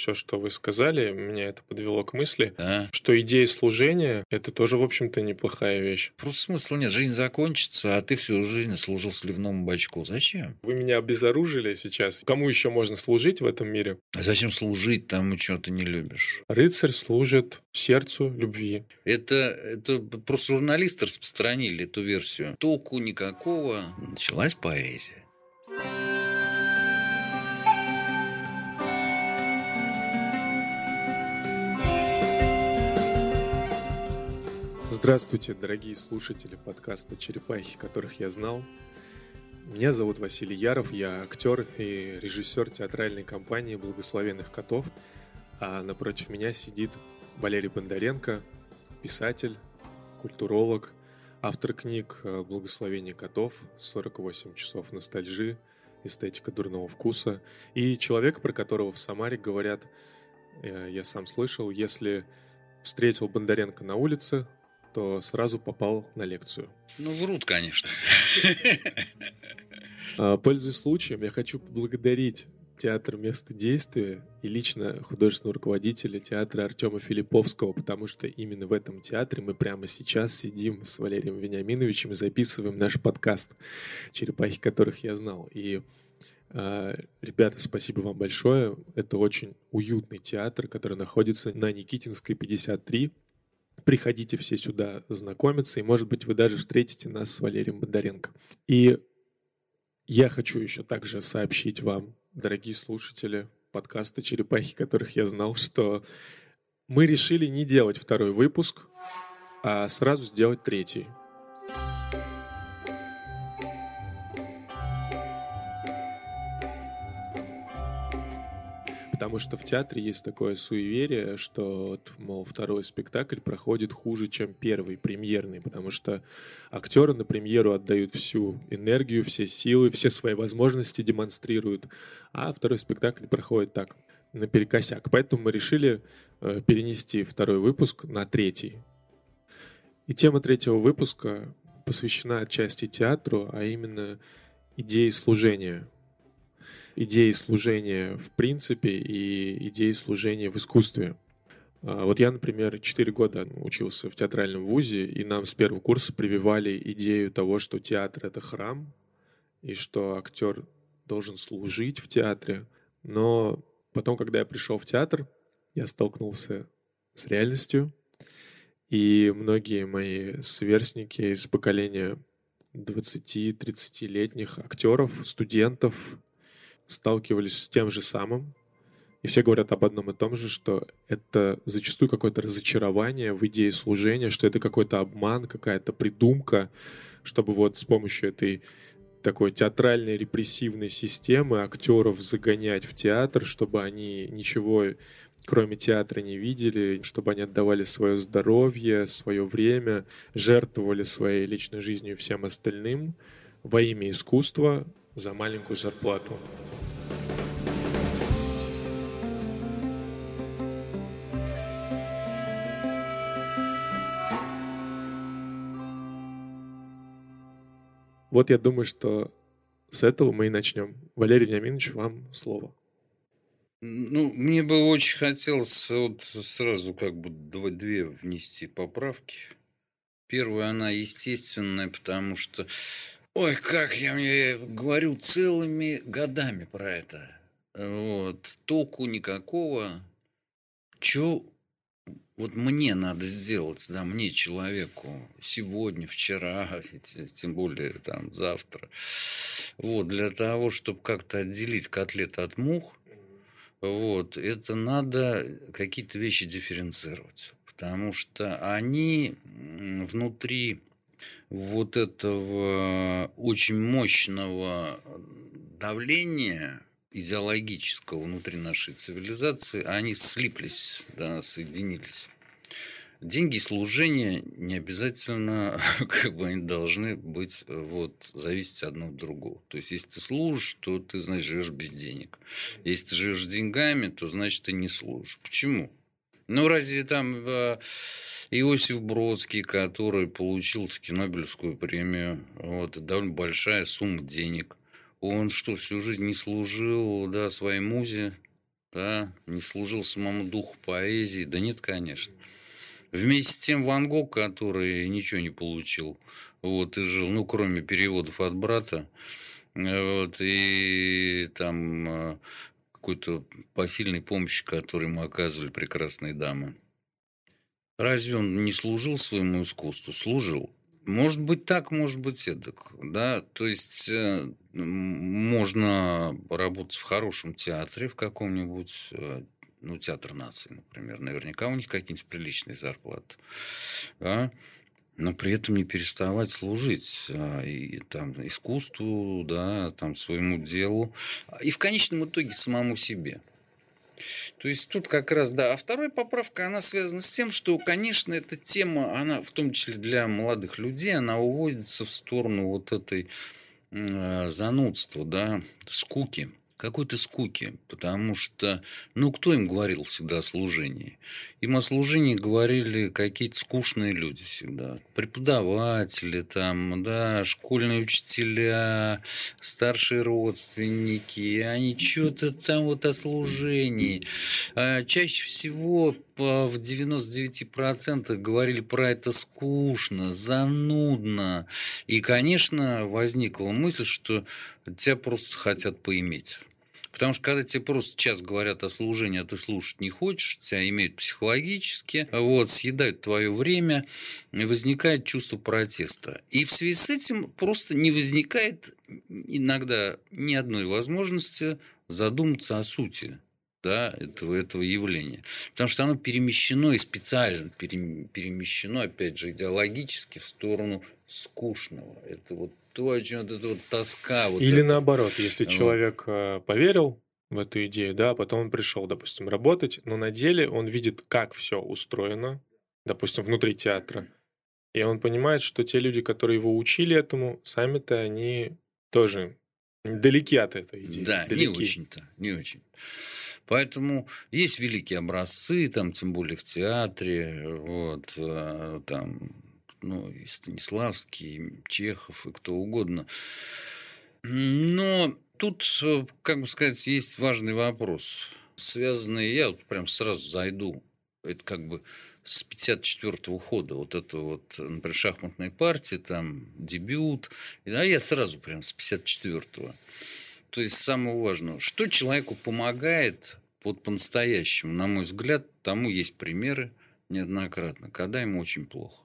все, что вы сказали, меня это подвело к мысли, Да. что идея служения — это тоже, в общем-то, неплохая вещь. Просто смысла нет. Жизнь закончится, а ты всю жизнь служил сливному бачку. Зачем? Вы меня обезоружили сейчас. Кому еще можно служить в этом мире? А зачем служить тому, чего ты не любишь? Рыцарь служит сердцу любви. Это просто журналисты распространили эту версию. Толку никакого. Началась поэзия. Здравствуйте, дорогие слушатели подкаста «Черепахи, которых я знал». Меня зовут Василий Яров, я актер и режиссер театральной компании «Благословенных котов», а напротив меня сидит Валерий Бондаренко, писатель, культуролог, автор книг «Благословение котов», «48 часов ностальжи», «Эстетика дурного вкуса» и человек, про которого в Самаре говорят, я сам слышал, если встретил Бондаренко на улице, то сразу попал на лекцию. Ну, врут, конечно. Пользуясь случаем, я хочу поблагодарить театр «Место действия» и лично художественного руководителя театра Артема Филипповского, потому что именно в этом театре мы прямо сейчас сидим с Валерием Вениаминовичем и записываем наш подкаст «Черепахи, которых я знал». И, ребята, спасибо вам большое. Это очень уютный театр, который находится на Никитинской, 53. Приходите все сюда знакомиться, и, может быть, вы даже встретите нас с Валерием Бондаренко. И я хочу еще также сообщить вам, дорогие слушатели подкаста «Черепахи, которых я знал», что мы решили не делать второй выпуск, а сразу сделать третий. Потому что в театре есть такое суеверие, что, мол, второй спектакль проходит хуже, чем первый, премьерный, потому что актеры на премьеру отдают всю энергию, все силы, все свои возможности демонстрируют, а второй спектакль проходит так, наперекосяк. Поэтому мы решили перенести второй выпуск на третий. И тема третьего выпуска посвящена отчасти театру, а именно идее служения. Идеи служения в принципе и идеи служения в искусстве. Вот я, например, 4 года учился в театральном вузе, и нам с первого курса прививали идею того, что театр — это храм, и что актер должен служить в театре. Но потом, когда я пришел в театр, я столкнулся с реальностью, и многие мои сверстники из поколения 20-30-летних актеров, студентов сталкивались с тем же самым, и все говорят об одном и том же, что это зачастую какое-то разочарование в идее служения, что это какой-то обман, какая-то придумка, чтобы вот с помощью этой такой театральной репрессивной системы актеров загонять в театр, чтобы они ничего кроме театра не видели, чтобы они отдавали свое здоровье, свое время, жертвовали своей личной жизнью и всем остальным во имя искусства за маленькую зарплату. Вот я думаю, что с этого мы и начнем. Валерий Вениаминович, вам слово. Ну, мне бы очень хотелось вот сразу как бы две внести поправки. Первая, она естественная, потому что, ой, как я мне говорю целыми годами про это. Вот, толку никакого. Чё вот мне надо сделать, да, мне, человеку, сегодня, вчера, тем более там завтра. Вот, для того, чтобы как-то отделить котлеты от мух, вот, это надо какие-то вещи дифференцировать. Потому что они внутри вот этого очень мощного давления идеологического внутри нашей цивилизации, они слиплись, да, соединились. Деньги и служение не обязательно, как бы, они должны быть, вот, зависеть одно от другого. То есть, если ты служишь, то ты, значит, живешь без денег. Если ты живешь деньгами, то, значит, ты не служишь. Почему? Ну, разве там Иосиф Бродский, который получил таки Нобелевскую премию, вот, довольно большая сумма денег, он что, всю жизнь не служил, да, своей музе? да, не служил самому духу поэзии. Да нет, конечно. Вместе с тем Ван Гог, который ничего не получил, вот, и жил, ну, кроме переводов от брата, вот, и там какой-то посильной помощи, которую ему оказывали прекрасные дамы. Разве он не служил своему искусству? Служил. Может быть так, может быть эдак, да, то есть можно работать в хорошем театре, в каком-нибудь, ну, Театр нации, например, наверняка у них какие-нибудь приличные зарплаты, да? Но при этом не переставать служить и там искусству, да, там своему делу, и в конечном итоге самому себе. То есть тут как раз, да. А вторая поправка, она связана с тем, что, конечно, эта тема, она в том числе для молодых людей, она уводится в сторону вот этой занудства, да, скуки. Какой-то скуки, потому что, ну, кто им говорил всегда о служении? Им о служении говорили какие-то скучные люди всегда. Преподаватели там, да, школьные учителя, старшие родственники. Они что-то там вот о служении. Чаще всего в 99% говорили про это скучно, занудно. И, конечно, возникла мысль, что тебя просто хотят поиметь. Потому что когда тебе просто час говорят о служении, а ты слушать не хочешь, тебя имеют психологически, вот, съедают твое время, возникает чувство протеста. И в связи с этим просто не возникает иногда ни одной возможности задуматься о сути, да, этого явления. Потому что оно перемещено и специально перемещено, опять же, идеологически в сторону скучного. Это вот то, о чем вот эта вот тоска. Вот Или это. наоборот, если Вот. человек поверил в эту идею, да, потом он пришел, допустим, работать, но на деле он видит, как все устроено, допустим, внутри театра, и он понимает, что те люди, которые его учили этому, сами-то они тоже далеки от этой идеи, Да, не далеки. очень-то, не очень. Поэтому есть великие образцы, там, тем более в театре, вот, там, ну, и Станиславский, и Чехов, и кто угодно. Но тут, как бы сказать, есть важный вопрос, связанный, я вот прям сразу зайду, это как бы с 54-го хода, вот это вот, например, шахматная партия, там, дебют, а я сразу прям с 54-го. То есть самое важное, что человеку помогает вот по-настоящему, на мой взгляд, тому есть примеры неоднократно, когда ему очень плохо.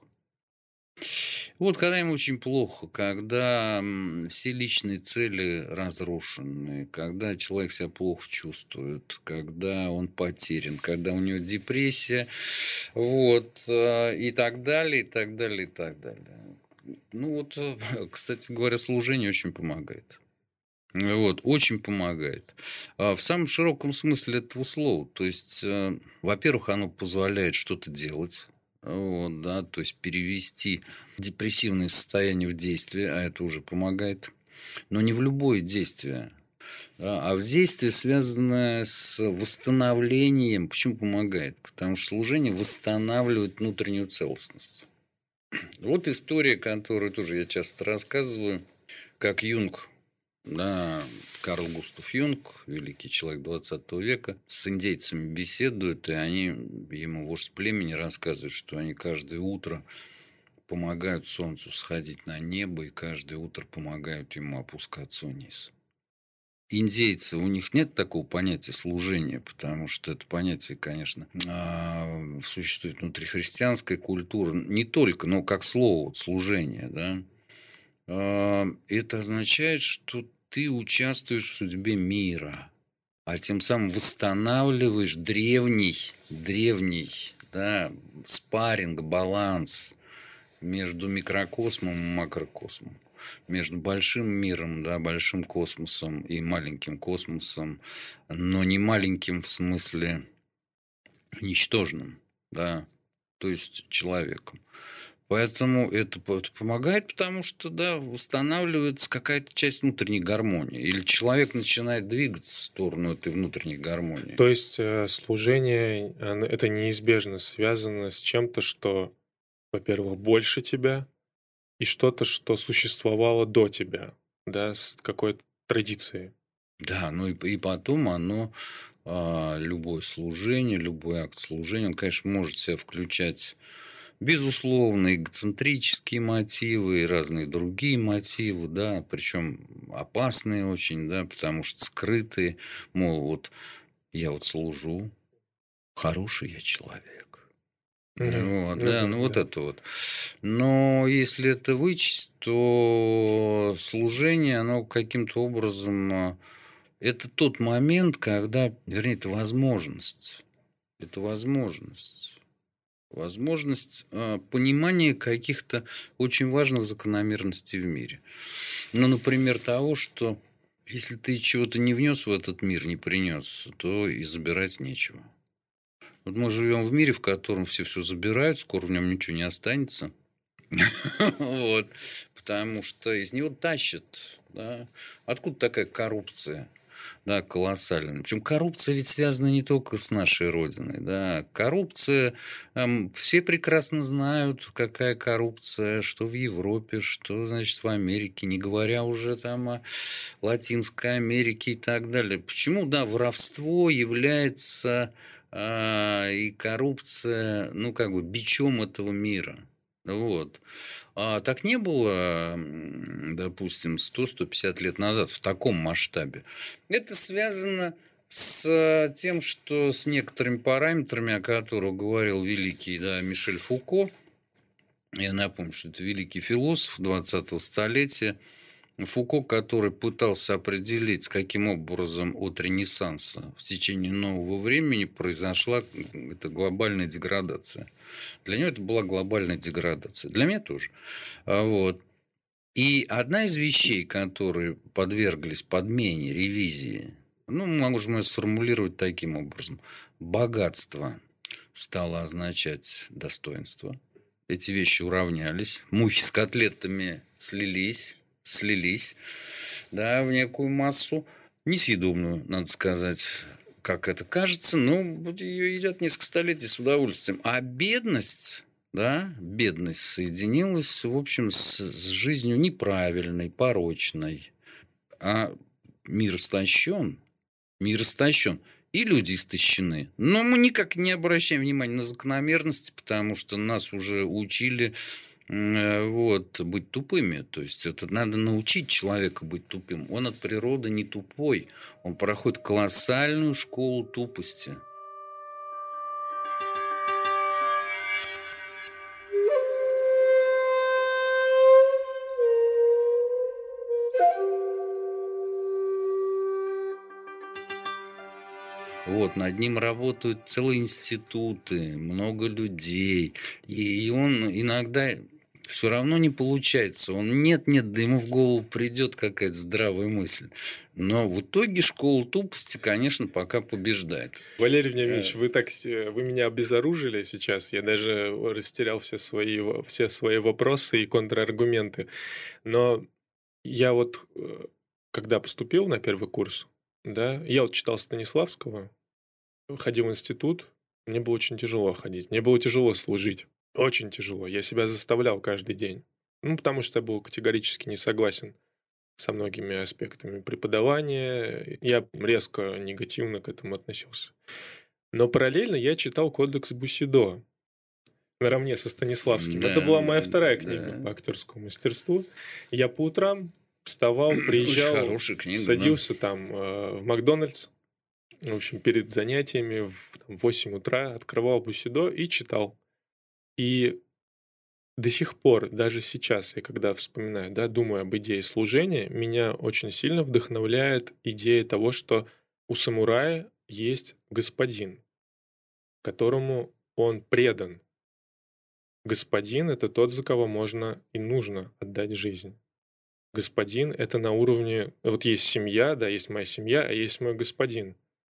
Вот когда ему очень плохо, когда все личные цели разрушены, когда человек себя плохо чувствует, когда он потерян, когда у него депрессия, вот, и так далее, и так далее, и так далее. Ну вот, кстати говоря, служение очень помогает. Вот, очень помогает. В самом широком смысле этого слова. То есть, во-первых, оно позволяет что-то делать. Вот, да, то есть перевести депрессивное состояние в действие, а это уже помогает. Но не в любое действие, да, а в действие, связанное с восстановлением. Почему помогает? Потому что служение восстанавливает внутреннюю целостность. Вот история, которую тоже я часто рассказываю, как Юнг, да, Карл Густав Юнг, великий человек 20 века, с индейцами беседует, и они, ему вождь племени рассказывают, что они каждое утро помогают солнцу сходить на небо, и каждое утро помогают ему опускаться вниз. Индейцы, у них нет такого понятия служения, потому что это понятие, конечно, существует внутри христианской культуры, не только, но как слово вот, служение, да. Это означает, что ты участвуешь в судьбе мира, а тем самым восстанавливаешь древний, да, спарринг, баланс между микрокосмом и макрокосмом, между большим миром, да, большим космосом и маленьким космосом, но не маленьким в смысле ничтожным, да, то есть человеком. Поэтому это помогает, потому что, да, восстанавливается какая-то часть внутренней гармонии. Или человек начинает двигаться в сторону этой внутренней гармонии. То есть служение, это неизбежно связано с чем-то, что, во-первых, больше тебя, и что-то, что существовало до тебя, да, с какой-то традицией. Да, ну и потом оно, любое служение, любой акт служения, он, конечно, может в себя включать, безусловно, эгоцентрические мотивы и разные другие мотивы, да, причем опасные очень, да, потому что скрытые, мол, вот я вот служу, хороший я человек. Вот, Ну да, да, ну вот да. это вот. Но если это вычесть, то служение, оно каким-то образом, это тот момент, когда, вернее, это возможность. Это возможность. Возможность понимания каких-то очень важных закономерностей в мире. Ну, например, того, что если ты чего-то не внес в этот мир, не принес, то и забирать нечего. Вот мы живем в мире, в котором все забирают, скоро в нем ничего не останется. Вот. Потому что из него тащат. Да. Откуда такая коррупция? Да, колоссальная. Причем коррупция ведь связана не только с нашей Родиной. Да. Коррупция, все прекрасно знают, какая коррупция, что в Европе, что, значит, в Америке, не говоря уже там о Латинской Америке и так далее. Почему, да, воровство является и коррупция, ну, как бы, бичом этого мира. Вот. А так не было, допустим, 100-150 лет назад в таком масштабе. Это связано с тем, что с некоторыми параметрами, о которых говорил великий, да, Мишель Фуко. Я напомню, что это великий философ 20-го столетия. Фуко, который пытался определить, каким образом от Ренессанса в течение нового времени произошла эта глобальная деградация. Для него это была глобальная деградация. Для меня тоже. Вот. И одна из вещей, которые подверглись подмене, ревизии, ну, можно сформулировать таким образом. Богатство стало означать достоинство. Эти вещи уравнялись. Мухи с котлетами слились, да, в некую массу. Несъедобную, надо сказать, как это кажется, но ее едят несколько столетий с удовольствием. А бедность, да, бедность соединилась, в общем, с жизнью неправильной, порочной. А мир истощен, и люди истощены. Но мы никак не обращаем внимания на закономерности, потому что нас уже учили быть тупыми. То есть это надо научить человека быть тупым. Он от природы не тупой. Он проходит колоссальную школу тупости. Вот, над ним работают целые институты, много людей. И он иногда все равно не получается. Он нет-нет, да ему в голову придет какая-то здравая мысль. Но в итоге школа тупости, конечно, пока побеждает. Валерий Вениаминович, вы меня обезоружили сейчас. Я даже растерял все свои вопросы и контраргументы. Но я вот, когда поступил на первый курс, да, я вот читал Станиславского, ходил в институт, мне было очень тяжело ходить, мне было тяжело служить, очень тяжело. Я себя заставлял каждый день, ну, потому что я был категорически не согласен со многими аспектами преподавания. Я резко негативно к этому относился. Но параллельно я читал «Кодекс Бусидо» наравне со Станиславским. Да, Это была моя вторая да. книга по актерскому мастерству. Я по утрам вставал, Очень приезжал, хорошая книга, садился там в Макдональдс, в общем, перед занятиями в 8 утра открывал Бусидо и читал. И до сих пор, даже сейчас, я когда вспоминаю, да, думаю об идее служения, меня очень сильно вдохновляет идея того, что у самурая есть господин, которому он предан. Господин — это тот, за кого можно и нужно отдать жизнь. Господин — это на уровне... Вот есть семья, да, есть моя семья, а есть мой господин.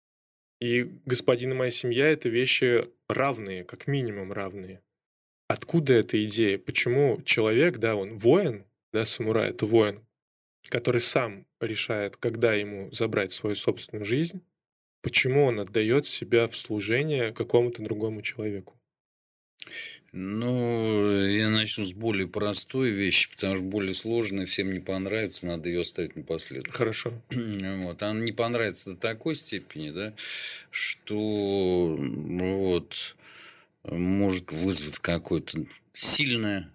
И господин и моя семья — это вещи равные, как минимум равные. Откуда эта идея? Почему человек, да, он воин, да, самурай — это воин, который сам решает, когда ему забрать свою собственную жизнь, почему он отдает себя в служение какому-то другому человеку? Ну, я начну с более простой вещи, потому что более сложная всем не понравится, надо ее оставить напоследок. Хорошо. Вот. Она не понравится до такой степени, да, что вот, может вызвать какое-то сильное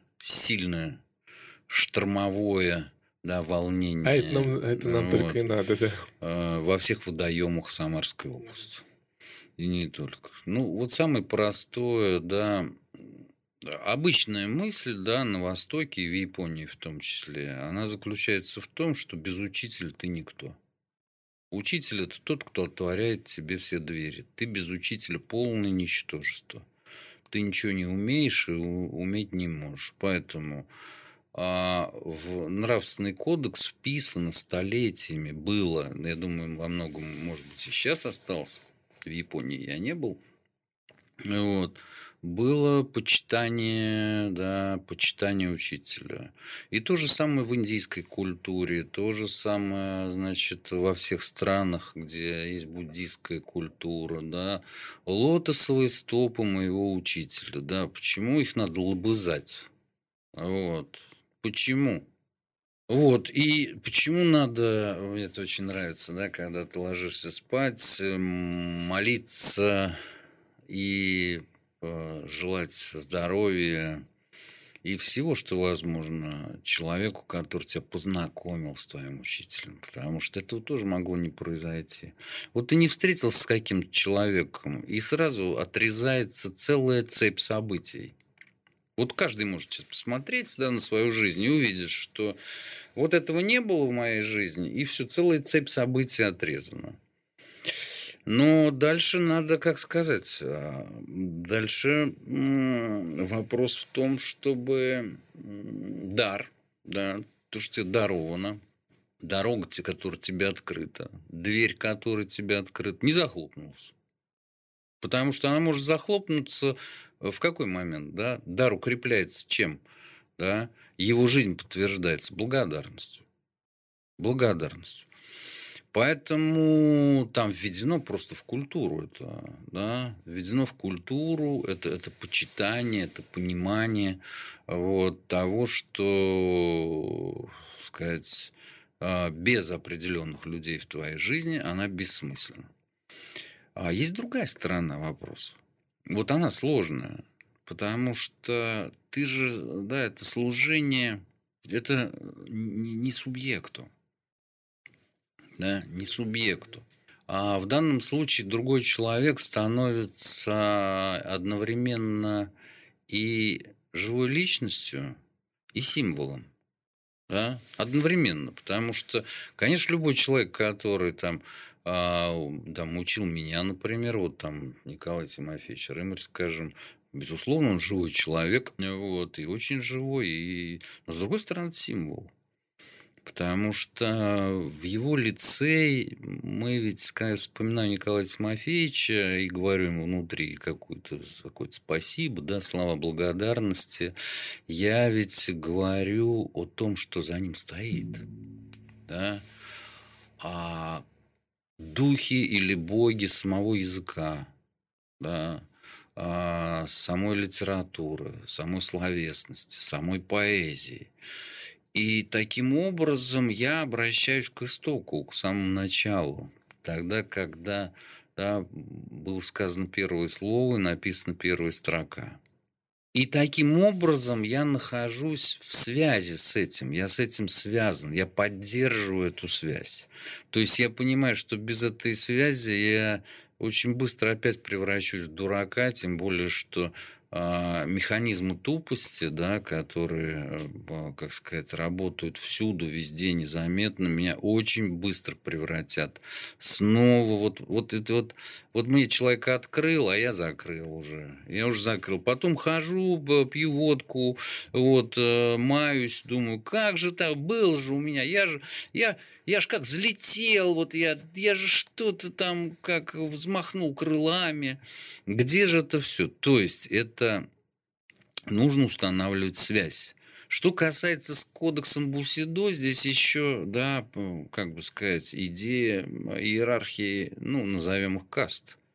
штормовое, да, волнение. Это нам только и надо, да. Во всех водоемах Самарской области. И не только. Ну, вот самое простое, да, обычная мысль, да, на Востоке и в Японии в том числе, она заключается в том, что без учителя ты никто. Учитель – это тот, кто отворяет тебе все двери. Ты без учителя полное ничтожество. Ты ничего не умеешь и уметь не можешь. Поэтому в нравственный кодекс вписано столетиями было, я думаю, во многом, может быть, и сейчас остался. В Японии я не был. Вот. Было почитание, да, почитание учителя. И то же самое в индийской культуре, то же самое, значит, во всех странах, где есть буддийская культура, да. Лотосовые стопы моего учителя, да. Почему их надо лобызать? Вот. Почему? Вот, и почему надо, мне это очень нравится, да, когда ты ложишься спать, молиться и желать здоровья и всего, что возможно, человеку, который тебя познакомил с твоим учителем, потому что этого тоже могло не произойти. Вот ты не встретился с каким-то человеком, и сразу отрезается целая цепь событий. Вот каждый может сейчас посмотреть, да, на свою жизнь и увидеть, что вот этого не было в моей жизни, и все, целая цепь событий отрезана. Но дальше надо, как сказать, дальше вопрос в том, чтобы дар, да, то, что тебе даровано, дорога, которая тебе открыта, дверь, которая тебе открыта, не захлопнулась. Потому что она может захлопнуться в какой момент, да? Дар укрепляется чем? Да? Его жизнь подтверждается благодарностью. Благодарностью. Поэтому там введено просто в культуру это, да, введено в культуру, это почитание, это понимание вот, того, что, сказать, без определенных людей в твоей жизни она бессмысленна. А есть другая сторона вопроса. Вот она сложная, потому что ты же, да, это служение, это не субъекту. Да, не субъекту. А в данном случае другой человек становится одновременно и живой личностью, и символом. Да? Одновременно. Потому что, конечно, любой человек, который там учил меня, например, вот там Николай Тимофеевич Рымарь, скажем, безусловно, он живой человек, вот, и очень живой, но, с другой стороны, это символ. Потому что в его лице мы ведь, когда я вспоминаю Николая Тимофеевича и говорю ему внутри какое-то спасибо, да, слова благодарности, я ведь говорю о том, что за ним стоит, да, о духе или боге самого языка, да, самой литературы, самой словесности, самой поэзии. И таким образом я обращаюсь к истоку, к самому началу. Тогда, когда, да, было сказано первое слово и написана первая строка. И таким образом я нахожусь в связи с этим. Я с этим связан. Я поддерживаю эту связь. То есть я понимаю, что без этой связи я очень быстро опять превращусь в дурака, тем более, что механизмы тупости, да, которые, как сказать, работают всюду, везде, незаметно, меня очень быстро превратят. Снова вот мне человека открыл, а я закрыл уже. Я уже закрыл. Потом хожу, пью водку, вот, маюсь, думаю, как же так, был же у меня, я ж как взлетел, вот я же что-то там как взмахнул крылами. Где же это все? То есть это нужно устанавливать связь. Что касается с кодексом Бусидо, здесь еще, да, как бы сказать, идея иерархии, ну, назовем их каст.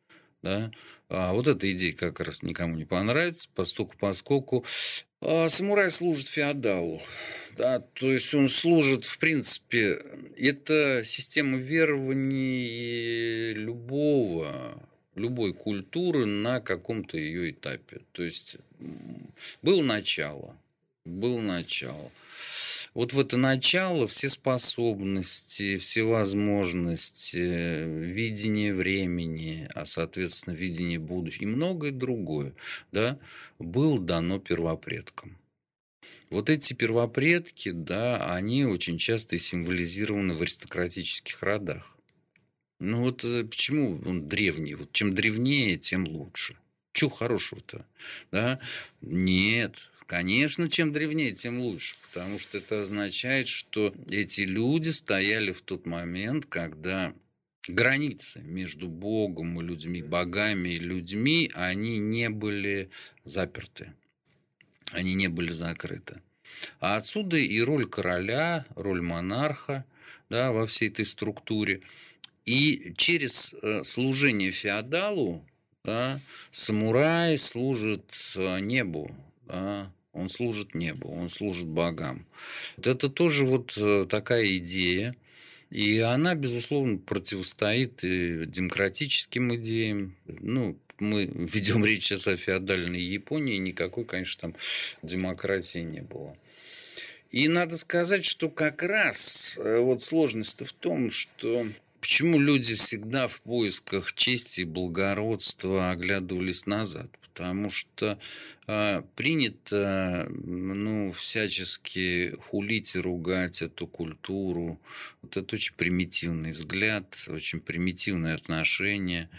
да. А вот эта идея как раз никому не понравится, поскольку самурай служит феодалу. Да, то есть он служит, в принципе, это система верований любой культуры на каком-то ее этапе. То есть было начало, было начало. Вот в это начало все способности, все возможности, видение времени, а соответственно видение будущего и многое другое, да, было дано первопредкам. Вот эти первопредки, да, они очень часто и символизированы в аристократических родах. Ну вот почему он древний? Вот чем древнее, тем лучше. Чего хорошего-то? Да? Нет. Конечно, чем древнее, тем лучше. Потому что это означает, что эти люди стояли в тот момент, когда границы между Богом и людьми, богами и людьми, они не были заперты. Они не были закрыты. А отсюда и роль короля, роль монарха, да, во всей этой структуре. И через служение феодалу, да, самурай служит небу, да, он служит небу, он служит богам. Вот это тоже вот такая идея. И она, безусловно, противостоит и демократическим идеям. Ну, мы ведем речь сейчас о феодальной Японии, никакой, конечно, там демократии не было. И надо сказать, что как раз вот сложность-то в том, что почему люди всегда в поисках чести и благородства оглядывались назад? Потому что принято всячески хулить и ругать эту культуру. Вот это очень примитивный взгляд, очень примитивное отношение.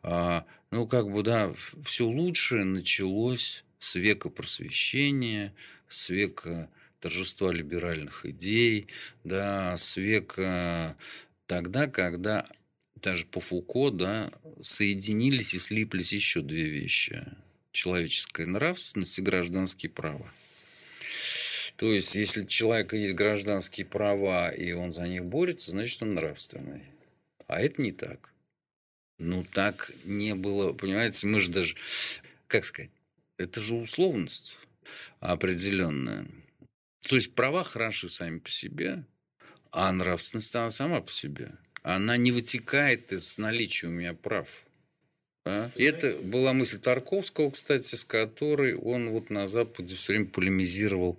Все лучшее началось с века просвещения, с века торжества либеральных идей, да, с века тогда, когда даже по Фуко, да, соединились и слиплись еще две вещи: человеческая нравственность и гражданские права. То есть, если у человека есть гражданские права, и он за них борется, значит, он нравственный. А это не так. Ну, так не было, понимаете, мы же даже, как сказать, это же условность определенная. То есть, права хороши сами по себе, а нравственность, она сама по себе. Она не вытекает из наличия у меня прав. Да? И это была мысль Тарковского, кстати, с которой он вот на Западе все время полемизировал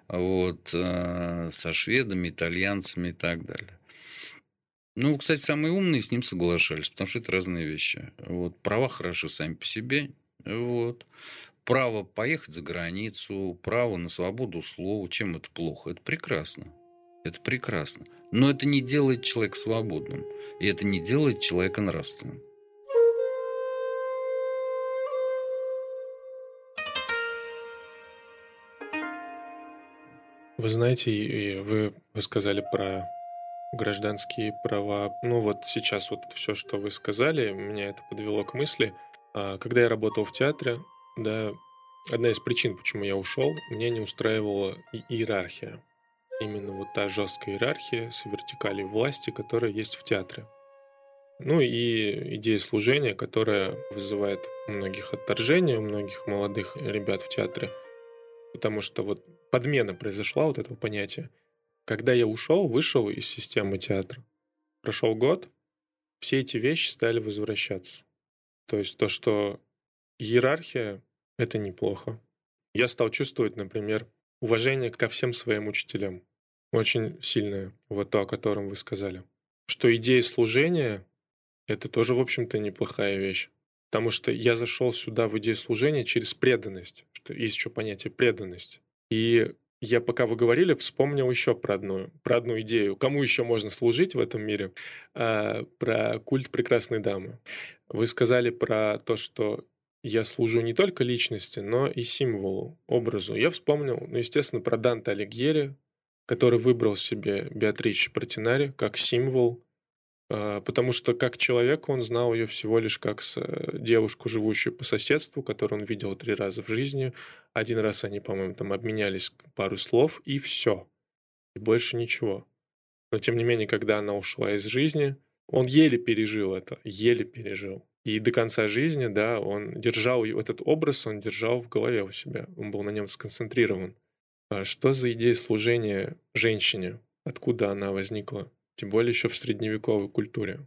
со шведами, итальянцами и так далее. Ну, кстати, самые умные с ним соглашались, потому что это разные вещи. Права хороши сами по себе. Право поехать за границу, право на свободу слова. Чем это плохо? Это прекрасно. Это прекрасно. Но это не делает человека свободным. И это не делает человека нравственным. Вы знаете, и вы сказали про гражданские права. Ну вот сейчас вот все, что вы сказали, меня это подвело к мысли. Когда я работал в театре, да, одна из причин, почему я ушел, меня не устраивала иерархия. Именно вот та жесткая иерархия с вертикалью власти, которая есть в театре. Ну и идея служения, которая вызывает у многих отторжение, у многих молодых ребят в театре. Потому что вот подмена произошла вот этого понятия. Когда я вышел из системы театра, прошел год, все эти вещи стали возвращаться. То есть то, что иерархия — это неплохо. Я стал чувствовать, например, уважение ко всем своим учителям. Очень сильное, вот то, о котором вы сказали. Что идея служения — это тоже, в общем-то, неплохая вещь. Потому что я зашел сюда в идею служения через преданность. Что есть еще понятие преданность. И я, пока вы говорили, вспомнил еще про одну идею. Кому еще можно служить в этом мире? Про культ прекрасной дамы. Вы сказали про то, что я служу не только личности, но и символу, образу. Я вспомнил, естественно, про Данте Алигьери, который выбрал себе Беатриче Портинари как символ, потому что как человек он знал ее всего лишь как девушку, живущую по соседству, которую он видел 3 раза в жизни. Один раз они, по-моему, там обменялись пару слов, и все. И больше ничего. Но, тем не менее, когда она ушла из жизни, он еле пережил это, еле пережил. И до конца жизни, да, он держал этот образ, он держал в голове у себя, он был на нем сконцентрирован. А что за идея служения женщине? Откуда она возникла? Тем более еще в средневековой культуре.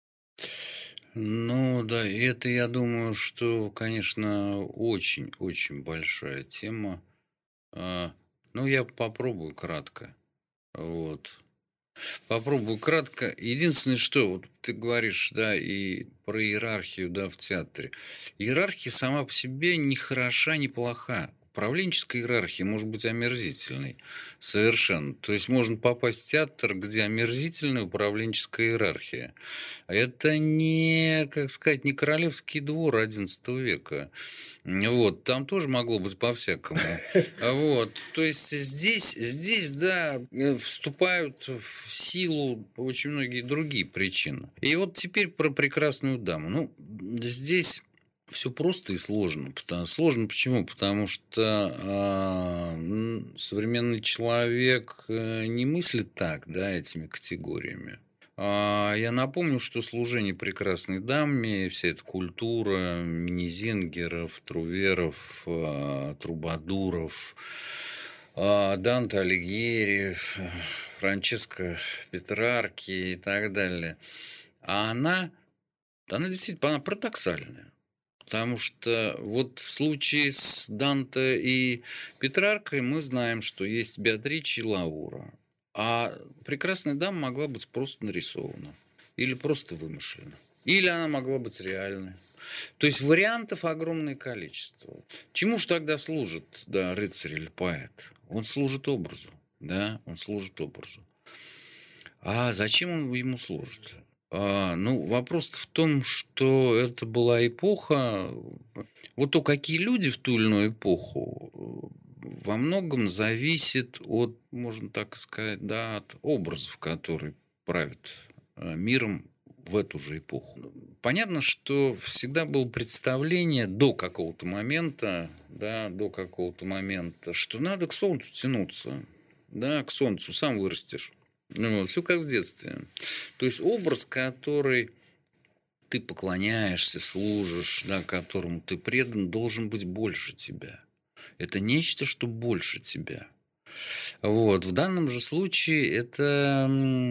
Ну да, и это, я думаю, что, конечно, очень-очень большая тема. А, ну, я попробую кратко. Вот. Попробую кратко. Единственное, что вот ты говоришь, да, и про иерархию, да, в театре. Иерархия сама по себе ни хороша, ни плоха. Управленческая иерархия может быть омерзительной совершенно. То есть можно попасть в театр, где омерзительная управленческая иерархия. А это не, как сказать, не королевский двор XI века. Вот, там тоже могло быть по-всякому. Вот, то есть здесь, да, вступают в силу очень многие другие причины. И вот теперь про прекрасную даму. Ну, здесь все просто и сложно. Сложно почему? Потому что современный человек не мыслит так, да, этими категориями. Я напомню, что служение прекрасной даме, вся эта культура Минезингеров, Труверов, Трубадуров, Данте Алигьери, Франческо Петрарки и так далее. Она действительно парадоксальная. Потому что вот в случае с Данте и Петраркой мы знаем, что есть Беатрича и Лаура. А прекрасная дама могла быть просто нарисована. Или просто вымышлена. Или она могла быть реальной. То есть вариантов огромное количество. Чему же тогда служит, да, рыцарь или поэт? Он служит образу. Да, он служит образу. А зачем он ему служит? Ну, вопрос в том, что это была эпоха. Вот то, какие люди в ту или иную эпоху, во многом зависит от, можно так сказать, да, от образов, которые правят миром в эту же эпоху. Понятно, что всегда было представление до какого-то момента, что надо к солнцу тянуться, да, к солнцу сам вырастешь. Ну, все как в детстве. То есть образ, который ты поклоняешься, служишь, да, которому ты предан, должен быть больше тебя. Это нечто, что больше тебя. Вот. В данном же случае это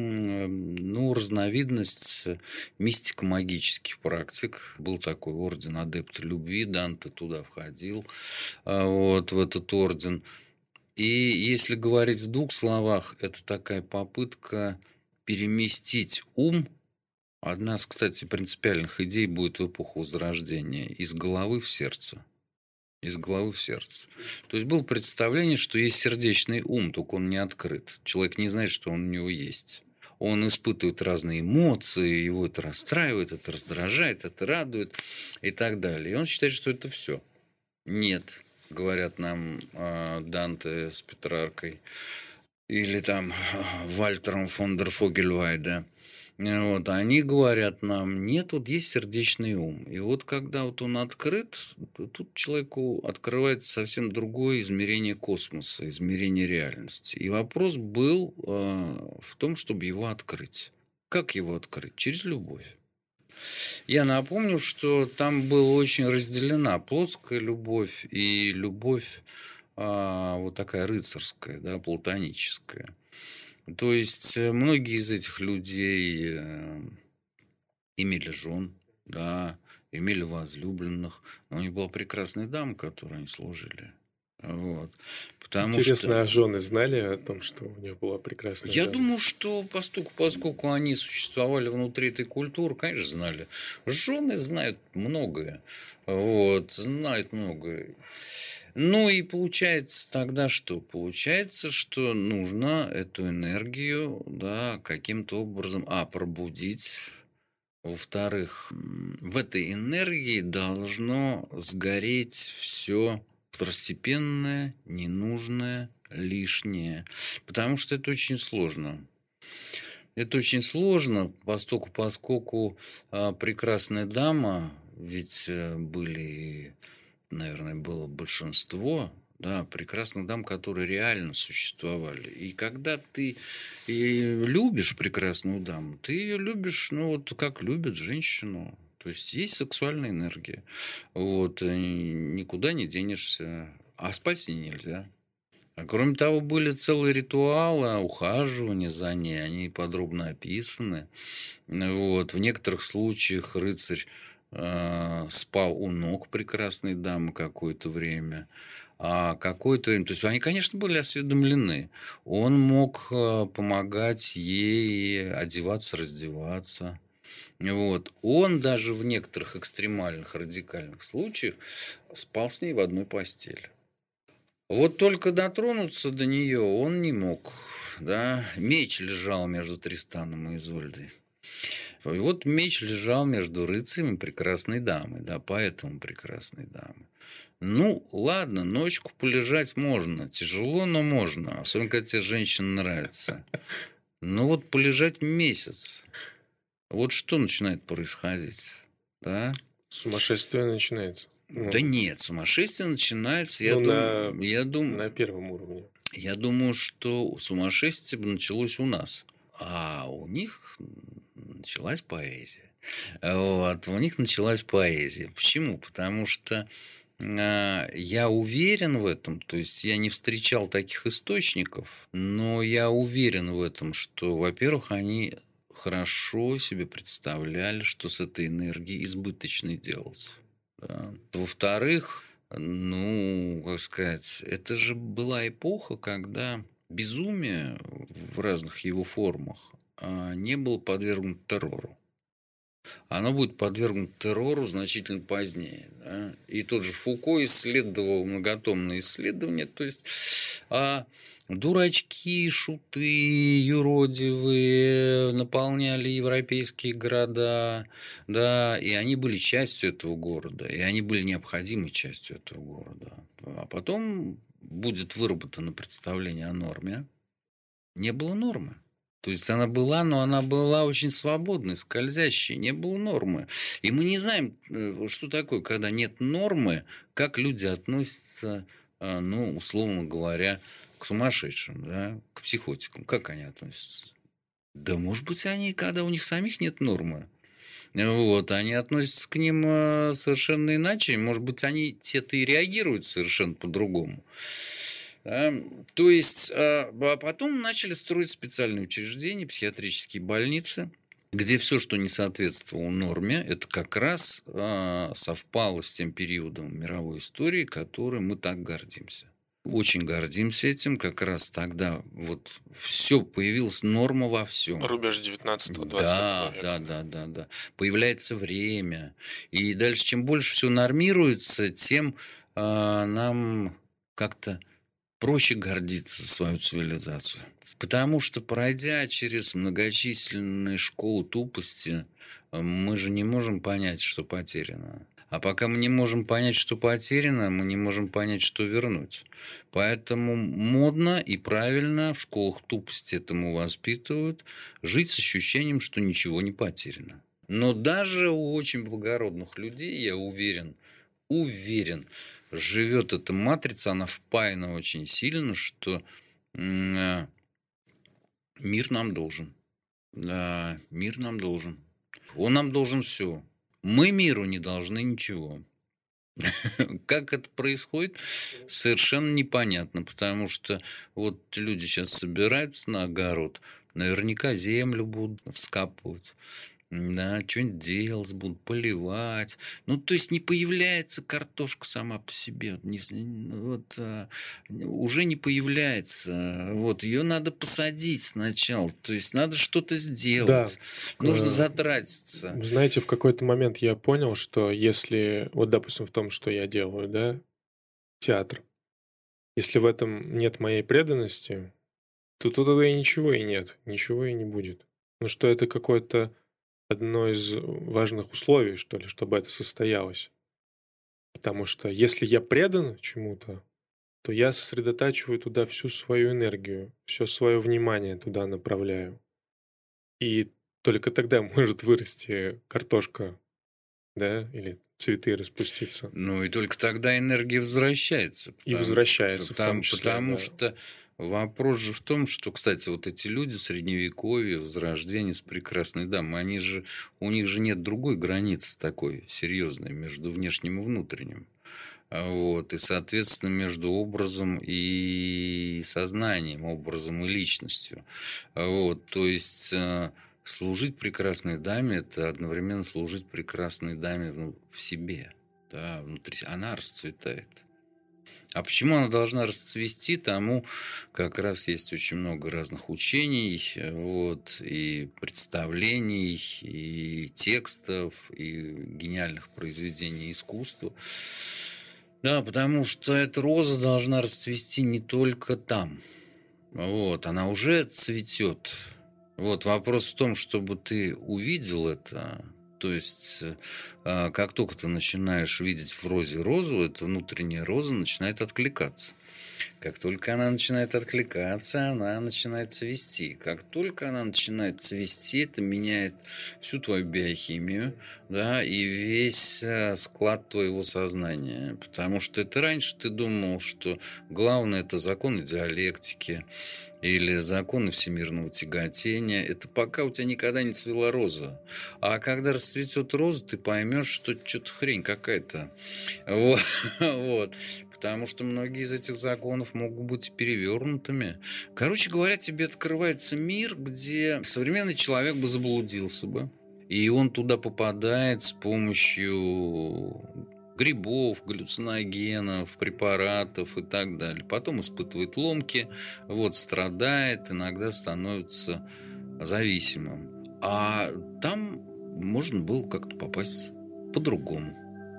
разновидность мистико-магических практик. Был такой орден адепты любви, Данте туда входил, вот, в этот орден. И если говорить в двух словах, это такая попытка переместить ум. Одна из, кстати, принципиальных идей будет в эпоху Возрождения. Из головы в сердце. Из головы в сердце. То есть было представление, что есть сердечный ум, только он не открыт. Человек не знает, что он у него есть. Он испытывает разные эмоции, его это расстраивает, это раздражает, это радует и так далее. И он считает, что это все. Нет, говорят нам Данте с Петраркой или там Вальтером фон дер Фогельвайде. Вот, они говорят нам, нет, вот есть сердечный ум. И вот когда вот он открыт, то тут человеку открывается совсем другое измерение космоса, измерение реальности. И вопрос был в том, чтобы его открыть. Как его открыть? Через любовь. Я напомню, что там была очень разделена плотская любовь и любовь вот такая рыцарская, да, платоническая. То есть многие из этих людей имели жен, да, имели возлюбленных, но у них была прекрасная дама, которой они служили. Вот. Интересно, а жены знали о том, что у них была прекрасная Я дама? думаю, что поскольку они существовали внутри этой культуры, конечно, знали. Жены знают многое. Вот, знают многое. Ну и получается тогда что? Получается, что нужно эту энергию, да, каким-то образом, пробудить. Во-вторых, в этой энергии должно сгореть все второстепенное, ненужное, лишнее. Потому что это очень сложно. Это очень сложно, поскольку прекрасная дама, ведь были, наверное, было большинство, да, прекрасных дам, которые реально существовали. И когда ты любишь прекрасную даму, ты ее любишь, ну вот как любят женщину. То есть есть сексуальная энергия. Вот, никуда не денешься. А спать с ней нельзя. А кроме того, были целые ритуалы ухаживания за ней, они подробно описаны. Вот. В некоторых случаях рыцарь спал у ног прекрасной дамы какое-то время. А какое-то время, то есть они, конечно, были осведомлены. Он мог помогать ей одеваться, раздеваться. Вот. Он даже в некоторых экстремальных, радикальных случаях спал с ней в одной постели. Вот только дотронуться до нее он не мог. Да? Меч лежал между Тристаном и Изольдой. И вот меч лежал между рыцарем и прекрасной дамой. Да, поэтому прекрасной дамой. Ну, ладно, ночку полежать можно. Тяжело, но можно. Особенно, когда тебе женщина нравится. Но вот полежать месяц. Вот что начинает происходить? Да? Сумасшествие начинается. Да нет, сумасшествие начинается, я думаю, на первом уровне. Я думаю, что сумасшествие началось у нас, а у них началась поэзия. Вот, у них началась поэзия. Почему? Потому что я уверен в этом, то есть я не встречал таких источников, но я уверен в этом, что, во-первых, они хорошо себе представляли, что с этой энергией избыточной делать. Да. Во-вторых, ну, как сказать, это же была эпоха, когда безумие в разных его формах не было подвергнуто террору. Оно будет подвергнуто террору значительно позднее. Да? И тот же Фуко исследовал многотомные исследования, то есть дурачки, шуты, юродивые наполняли европейские города, да, и они были частью этого города, и они были необходимой частью этого города. А потом будет выработано представление о норме. Не было нормы. То есть она была, но она была очень свободной, скользящей, не было нормы. И мы не знаем, что такое, когда нет нормы, как люди относятся, ну, условно говоря, к сумасшедшим, да, к психотикам. Как они относятся? Да, может быть, они, когда у них самих нет нормы, вот, они относятся к ним совершенно иначе. Может быть, они те-то и реагируют совершенно по-другому. То есть, а потом начали строить специальные учреждения, психиатрические больницы, где все, что не соответствовало норме, это как раз совпало с тем периодом мировой истории, которой мы так гордимся. Очень гордимся этим, как раз тогда вот все появилась норма во всем. Рубеж 19-20 века. Да. Появляется время. И дальше, чем больше все нормируется, тем нам как-то проще гордиться свою цивилизацию. Потому что, пройдя через многочисленные школы тупости, мы же не можем понять, что потеряно. А пока мы не можем понять, что потеряно, мы не можем понять, что вернуть. Поэтому модно и правильно в школах тупости этому воспитывают жить с ощущением, что ничего не потеряно. Но даже у очень благородных людей, я уверен, живет эта матрица, она впаяна очень сильно, что мир нам должен. Да, мир нам должен. Он нам должен все. Мы миру не должны ничего. Как это происходит, совершенно непонятно, потому что вот люди сейчас собираются на огород, наверняка землю будут вскапывать. Да, что-нибудь делать будут, поливать. Ну, то есть не появляется картошка сама по себе. Уже не появляется. Вот, ее надо посадить сначала. То есть надо что-то сделать. Да. Нужно затратиться. Знаете, в какой-то момент я понял, что если, вот, допустим, в том, что я делаю, да, театр, если в этом нет моей преданности, то тогда и ничего и нет, ничего и не будет. Ну, что это какое-то одно из важных условий, что ли, чтобы это состоялось. Потому что если я предан чему-то, то я сосредотачиваю туда всю свою энергию, все свое внимание туда направляю. И только тогда может вырасти картошка, да, или цветы распуститься. Ну и только тогда энергия возвращается. И возвращается в том числе, потому да. что вопрос же в том, что, кстати, вот эти люди Средневековья, Возрождения с прекрасной дамой, у них же нет другой границы такой серьезной между внешним и внутренним. Вот, и, соответственно, между образом и сознанием, образом и личностью. Вот, то есть служить прекрасной даме – это одновременно служить прекрасной даме в себе. Да, внутри она расцветает. А почему она должна расцвести? Тому как раз есть очень много разных учений, вот, и представлений, и текстов, и гениальных произведений искусства. Да, потому что эта роза должна расцвести не только там. Вот, она уже цветет. Вот, вопрос в том, чтобы ты увидел это. То есть, как только ты начинаешь видеть в розе розу, эта внутренняя роза начинает откликаться. Как только она начинает откликаться, она начинает цвести. Как только она начинает цвести, это меняет всю твою биохимию, да, и весь склад твоего сознания. Потому что это раньше ты думал, что главное – это законы диалектики или законы всемирного тяготения. Это пока у тебя никогда не цвела роза. А когда расцветет роза, ты поймешь, что что-то хрень какая-то. Вот. Потому что многие из этих законов могут быть перевернутыми. Короче говоря, тебе открывается мир, где современный человек бы заблудился бы. И он туда попадает с помощью грибов, галлюциногенов, препаратов и так далее. Потом испытывает ломки, вот, страдает, иногда становится зависимым. А там можно было как-то попасть по-другому.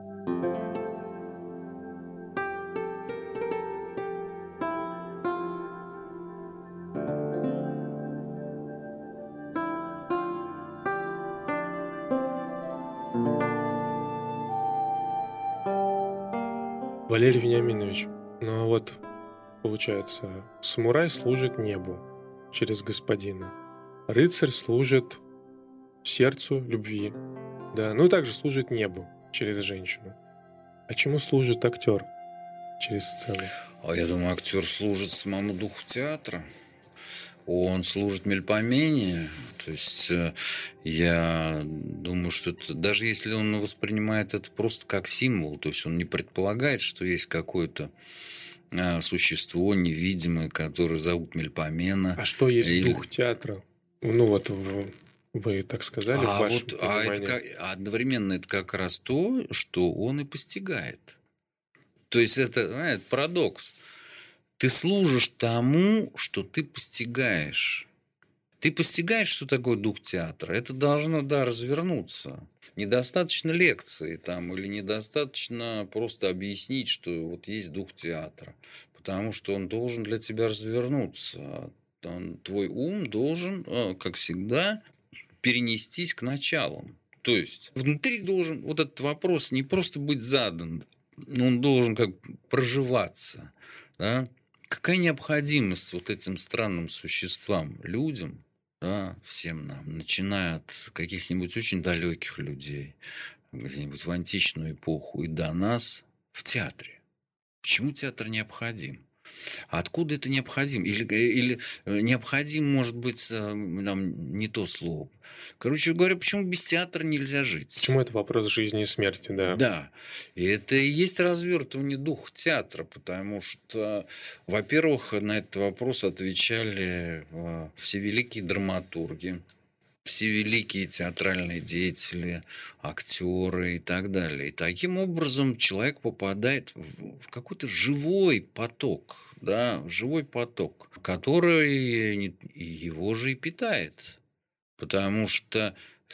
Валерий Вениаминович, ну а вот, получается, самурай служит небу через господина, рыцарь служит сердцу любви, да, ну и также служит небу через женщину. А чему служит актер через сцену? А я думаю, актер служит самому духу театра. Он служит мельпомене. То есть я думаю, что это, даже если он воспринимает это просто как символ, то есть он не предполагает, что есть какое-то существо невидимое, которое зовут Мельпомена. А что есть дух театра? Ну вот вы так сказали в вашем понимании. Одновременно это как раз то, что он и постигает. То есть это парадокс. Ты служишь тому, что ты постигаешь. Ты постигаешь, что такое дух театра. Это должно, да, развернуться. Недостаточно лекции там, или недостаточно просто объяснить, что вот есть дух театра. Потому что он должен для тебя развернуться. Твой ум должен, как всегда, перенестись к началам. То есть внутри должен вот этот вопрос не просто быть задан, он должен как проживаться. Да? Какая необходимость вот этим странным существам, людям, да, всем нам, начиная от каких-нибудь очень далеких людей, где-нибудь в античную эпоху и до нас, в театре? Почему театр необходим? А откуда это необходимо? Или необходим, может быть, нам не то слово. Короче говоря, почему без театра нельзя жить? Почему это вопрос жизни и смерти, да? Да. И это и есть развертывание духа театра, потому что, во-первых, на этот вопрос отвечали все великие драматурги, все великие театральные деятели, актеры и так далее. И таким образом человек попадает в какой-то живой поток, да, живой поток, который его же и питает. Потому что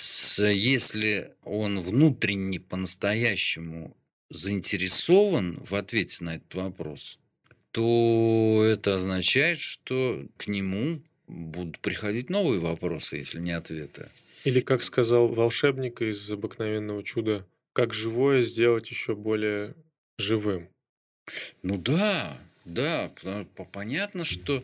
если он внутренне по-настоящему заинтересован в ответе на этот вопрос, то это означает, что к нему будут приходить новые вопросы, если не ответы. Или, как сказал волшебник из «Обыкновенного чуда», как живое сделать еще более живым. Ну да, понятно, что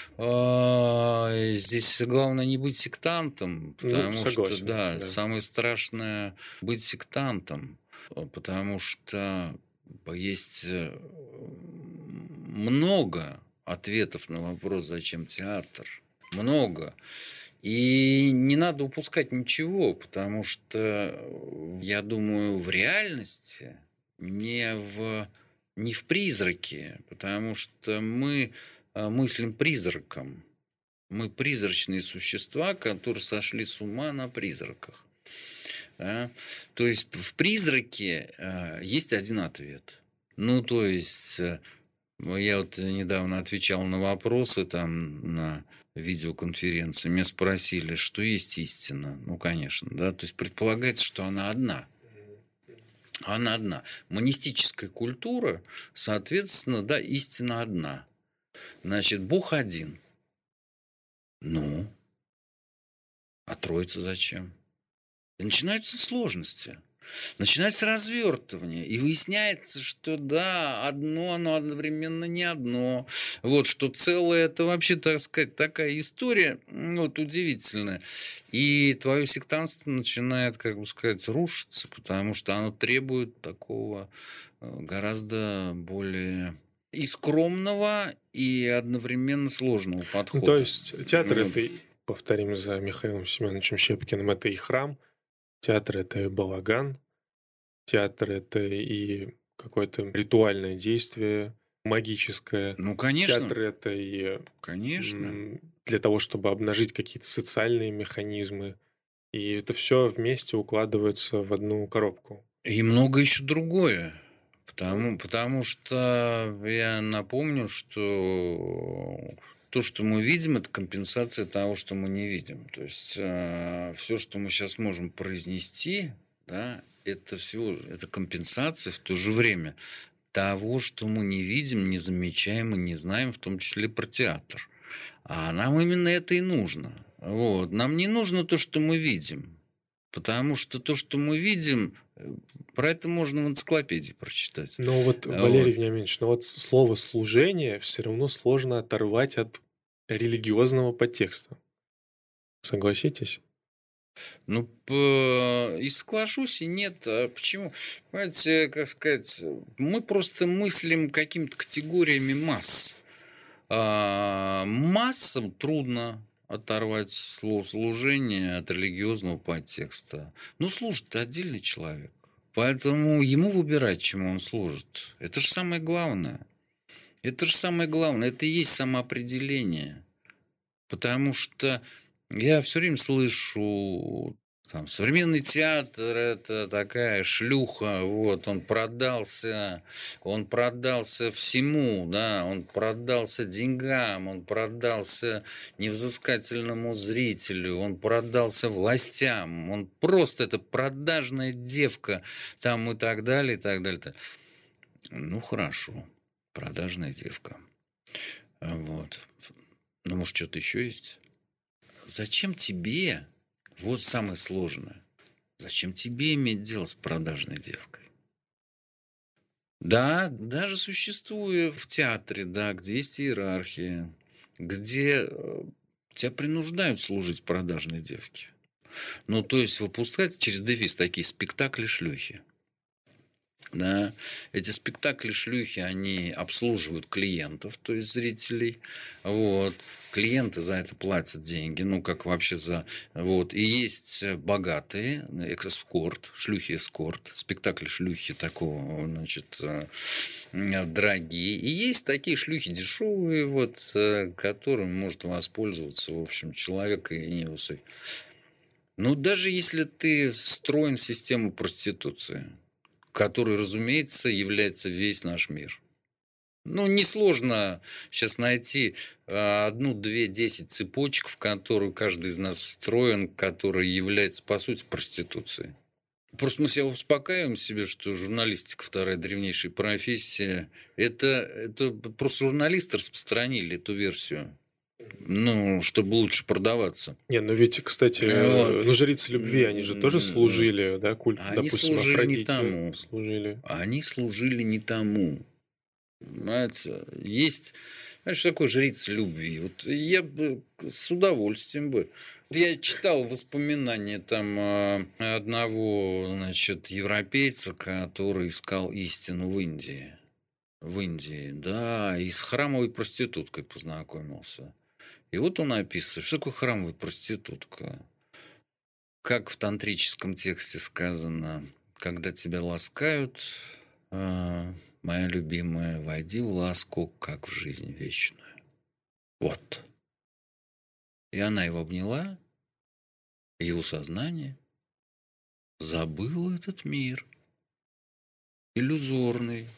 здесь главное не быть сектантом, потому согласен, что, да, самое страшное быть сектантом. потому что есть много ответов на вопрос, зачем театр. Много. И не надо упускать ничего, потому что, я думаю, в реальности, не в призраке, потому что мы мыслим призраком. Мы призрачные существа, которые сошли с ума на призраках. Да? То есть в призраке есть один ответ. Ну, то есть я вот недавно отвечал на вопросы там на видеоконференции. Меня спросили, что есть истина. Ну, конечно, да. То есть предполагается, что она одна. Она одна. Монистическая культура, соответственно, да, истина одна. Значит, Бог один. Ну, а Троица зачем? И начинаются сложности. Начинается развертывание, и выясняется, что да, одно, оно одновременно не одно. Вот, что целое, это вообще, так сказать, такая история, вот, удивительная. И твое сектантство начинает, как бы сказать, рушиться, потому что оно требует такого гораздо более и скромного, и одновременно сложного подхода. Ну, то есть театр это, повторим за Михаилом Семеновичем Щепкиным, это и храм, театр это и балаган, театр это и какое-то ритуальное действие, магическое. Ну, конечно. Театр это и Конечно. Для того, чтобы обнажить какие-то социальные механизмы. И это все вместе укладывается в одну коробку. И много еще другое. Потому что я напомню, что то, что мы видим, это компенсация того, что мы не видим. То есть все, что мы сейчас можем произнести, да, это компенсация в то же время того, что мы не видим, не замечаем и не знаем, в том числе про театр. А нам именно это и нужно. Вот. Нам не нужно то, что мы видим. Потому что то, что мы видим, про это можно в энциклопедии прочитать. Но вот, Валерий Вениаминович, но вот слово «служение» все равно сложно оторвать от религиозного подтекста. Согласитесь? Ну, и соглашусь, и нет. А почему? Понимаете, как сказать, мы просто мыслим какими-то категориями масс. А массам трудно оторвать слово «служение» от религиозного подтекста. Ну, служит отдельный человек. Поэтому ему выбирать, чему он служит. Это же самое главное. Это же самое главное. Это и есть самоопределение. Потому что я все время слышу, там, современный театр – это такая шлюха, вот, он продался всему, да, он продался деньгам, он продался невзыскательному зрителю, он продался властям, он просто это продажная девка, там и так далее, и так далее. Ну, хорошо, продажная девка. Вот. Ну, может, что-то еще есть? Зачем тебе, вот самое сложное, зачем тебе иметь дело с продажной девкой? Да, даже существуя в театре, да, где есть иерархия, где тебя принуждают служить продажной девке. Ну, то есть выпускать через дефис такие спектакли шлюхи. Да, эти спектакли шлюхи, они обслуживают клиентов, то есть зрителей. Вот. Клиенты за это платят деньги, ну, как вообще за... Вот. И есть богатые, эскорт, шлюхи-эскорт, спектакли шлюхи такого, значит, дорогие. И есть такие шлюхи дешевые, вот, которым может воспользоваться, в общем, человек и не усы. Ну, даже если ты встроен в систему проституции, который, разумеется, является весь наш мир. Ну, несложно сейчас найти 1, 2, 10 цепочек, в которую каждый из нас встроен, который является, по сути, проституцией. Просто мы себя успокаиваем себе, что журналистика вторая древнейшая профессия. Это просто журналисты распространили эту версию. Ну, чтобы лучше продаваться. Не, ну ведь, кстати, ну, жрицы любви, они же тоже служили, да, культ, они допустим, служили Афродите не тому. служили. Они служили не тому. Понимаете? Есть Знаешь, что такое жрица любви? Вот я бы с удовольствием бы. Я читал воспоминания там одного, значит, европейца, который искал истину в Индии. В Индии, да, и с храмовой проституткой познакомился. И вот он описывает, что такое храмовая проститутка. Как в тантрическом тексте сказано, когда тебя ласкают, моя любимая, войди в ласку, как в жизнь вечную. Вот. И она его обняла, и его сознание забыло этот мир. Иллюзорный.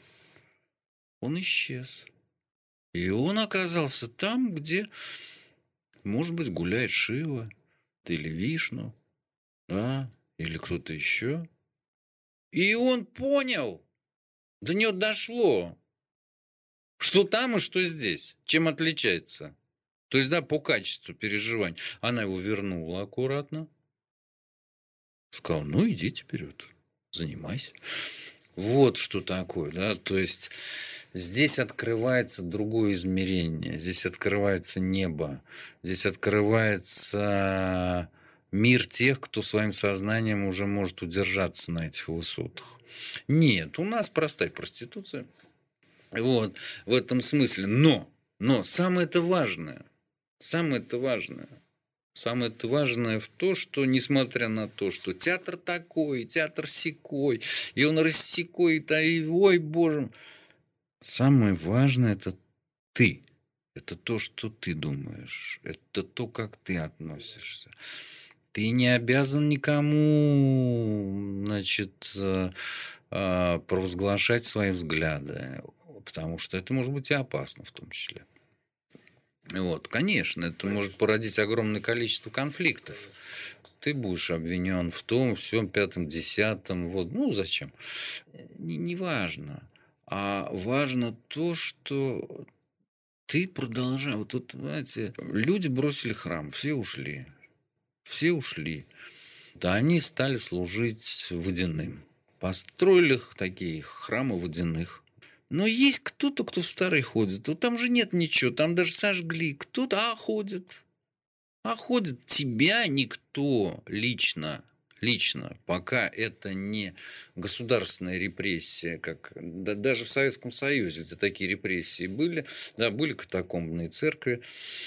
Он исчез. И он оказался там, где, может быть, гуляет Шива или Вишну, да, или кто-то еще. И он понял, до него дошло, что там и что здесь, чем отличается. То есть, да, по качеству переживаний. Она его вернула аккуратно. Сказала, ну, иди теперь, вот, занимайся. Вот что такое, да, то есть здесь открывается другое измерение, здесь открывается небо, здесь открывается мир тех, кто своим сознанием уже может удержаться на этих высотах. Нет, у нас простая проституция, вот, в этом смысле, но самое-то важное, самое-то важное в том, что, несмотря на то, что театр такой, театр сякой, и он рассекает, и ой, боже, самое важное – это ты. Это то, что ты думаешь. Это то, как ты относишься. Ты не обязан никому, значит, провозглашать свои взгляды, потому что это может быть и опасно в том числе. Вот, конечно, это может породить огромное количество конфликтов. Ты будешь обвинен в том, всем, пятом, десятом. Вот. Ну, зачем? Не важно. А важно то, что ты продолжаешь. Вот, знаете, люди бросили храм, все ушли. Все ушли. Да они стали служить водяным. Построили такие храмы водяных. Но есть кто-то, кто в старый ходит. Вот там же нет ничего, там даже сожгли. Кто-то ходит. А ходит. Тебя никто лично, пока это не государственная репрессия, как даже в Советском Союзе, где такие репрессии были, да, были катакомбные церкви.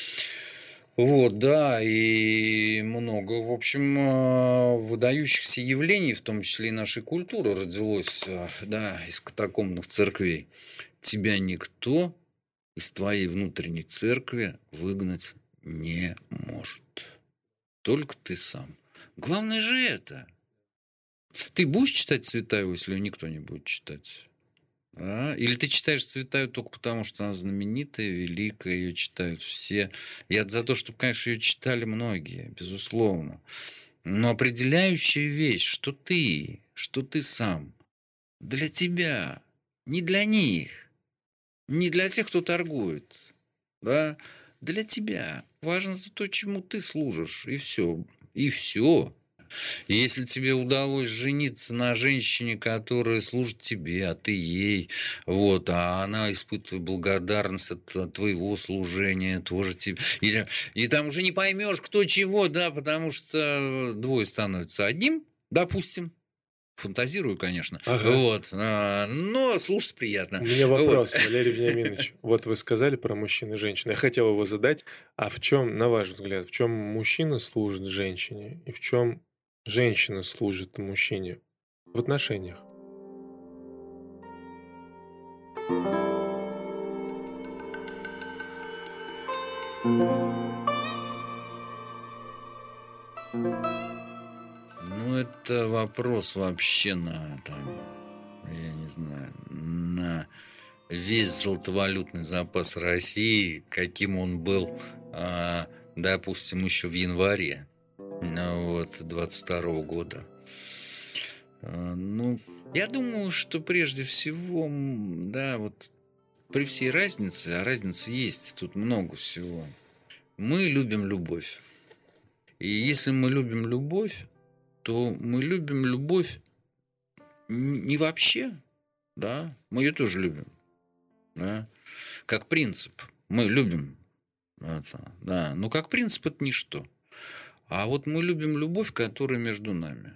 Вот, да, и много, в общем, выдающихся явлений, в том числе и нашей культуры, родилось, да, из катакомбных церквей. Тебя никто из твоей внутренней церкви выгнать не может. Только ты сам. Главное же это. Ты будешь читать Цветаеву, если ее никто не будет читать? А? Или ты читаешь Цветаеву только потому, что она знаменитая, великая, ее читают все. Я за то, чтобы, конечно, ее читали многие, безусловно. Но определяющая вещь, что ты сам, для тебя, не для них, не для тех, кто торгует, да, для тебя. Важно то, чему ты служишь, и все. И все. И если тебе удалось жениться на женщине, которая служит тебе, а ты ей, вот, а она испытывает благодарность от твоего служения, тоже тебе. И там уже не поймешь, кто чего, да, потому что двое становятся одним, допустим. Фантазирую, конечно. Ага. Вот. Но слушать приятно. У меня вопрос, Вот. Валерий Вениаминович. Вот вы сказали про мужчин и женщин. Я хотел его задать. А в чем, на ваш взгляд, в чем мужчина служит женщине и в чем женщина служит мужчине в отношениях? Ну, это вопрос вообще на, там, я не знаю, на весь золотовалютный запас России, каким он был, допустим, еще в январе 22 года. Ну, я думаю, что прежде всего, да, вот при всей разнице, а разница есть, тут много всего, мы любим любовь. И если мы любим любовь, то мы любим любовь не вообще, да, мы ее тоже любим, да, как принцип. Мы любим это, да. Но как принцип это ничто. А вот мы любим любовь, которая между нами.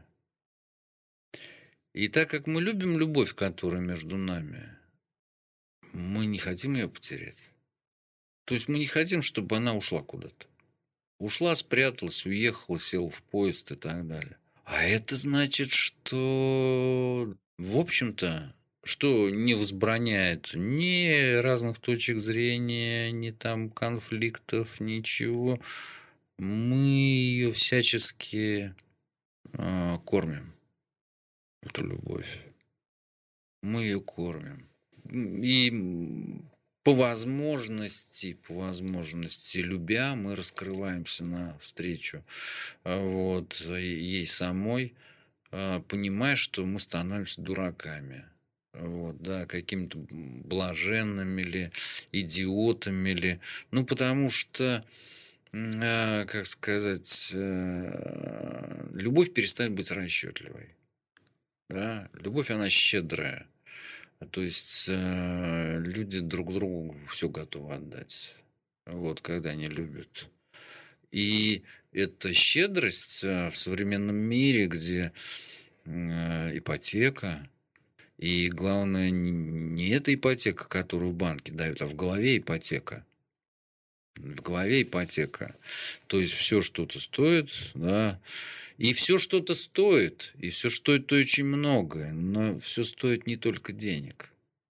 И так как мы любим любовь, которая между нами, мы не хотим ее потерять. То есть мы не хотим, чтобы она ушла куда-то. Ушла, спряталась, уехала, села в поезд и так далее. А это значит, что, в общем-то, что не возбраняет ни разных точек зрения, ни там конфликтов, ничего. Мы ее всячески кормим, эту любовь. Мы ее кормим. И по возможности, любя, мы раскрываемся навстречу вот, ей самой, понимая, что мы становимся дураками. Вот, да, какими-то блаженными ли, идиотами ли. Ну, потому что, как сказать, любовь перестает быть расчетливой. Да? Любовь, она щедрая. То есть люди друг другу все готовы отдать, вот, когда они любят. И эта щедрость в современном мире, где ипотека, и главное, не эта ипотека, которую в банке дают, а в голове ипотека. В голове ипотека. То есть все что-то стоит, да, и все что-то стоит, и все стоит очень многое, но все стоит не только денег.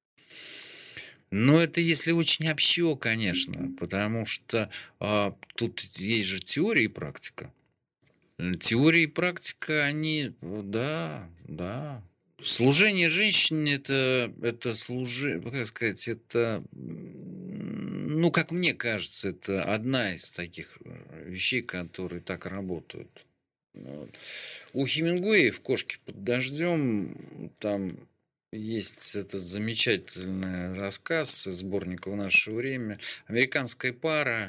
Но это если очень общо, конечно, потому что тут есть же теория и практика. Теория и практика, они, да. Служение женщине это служение, как сказать, это, ну, как мне кажется, это одна из таких вещей, которые так работают. Вот. У Хемингуэя в «Кошке под дождем» там есть этот замечательный рассказ из сборника «В наше время». Американская пара,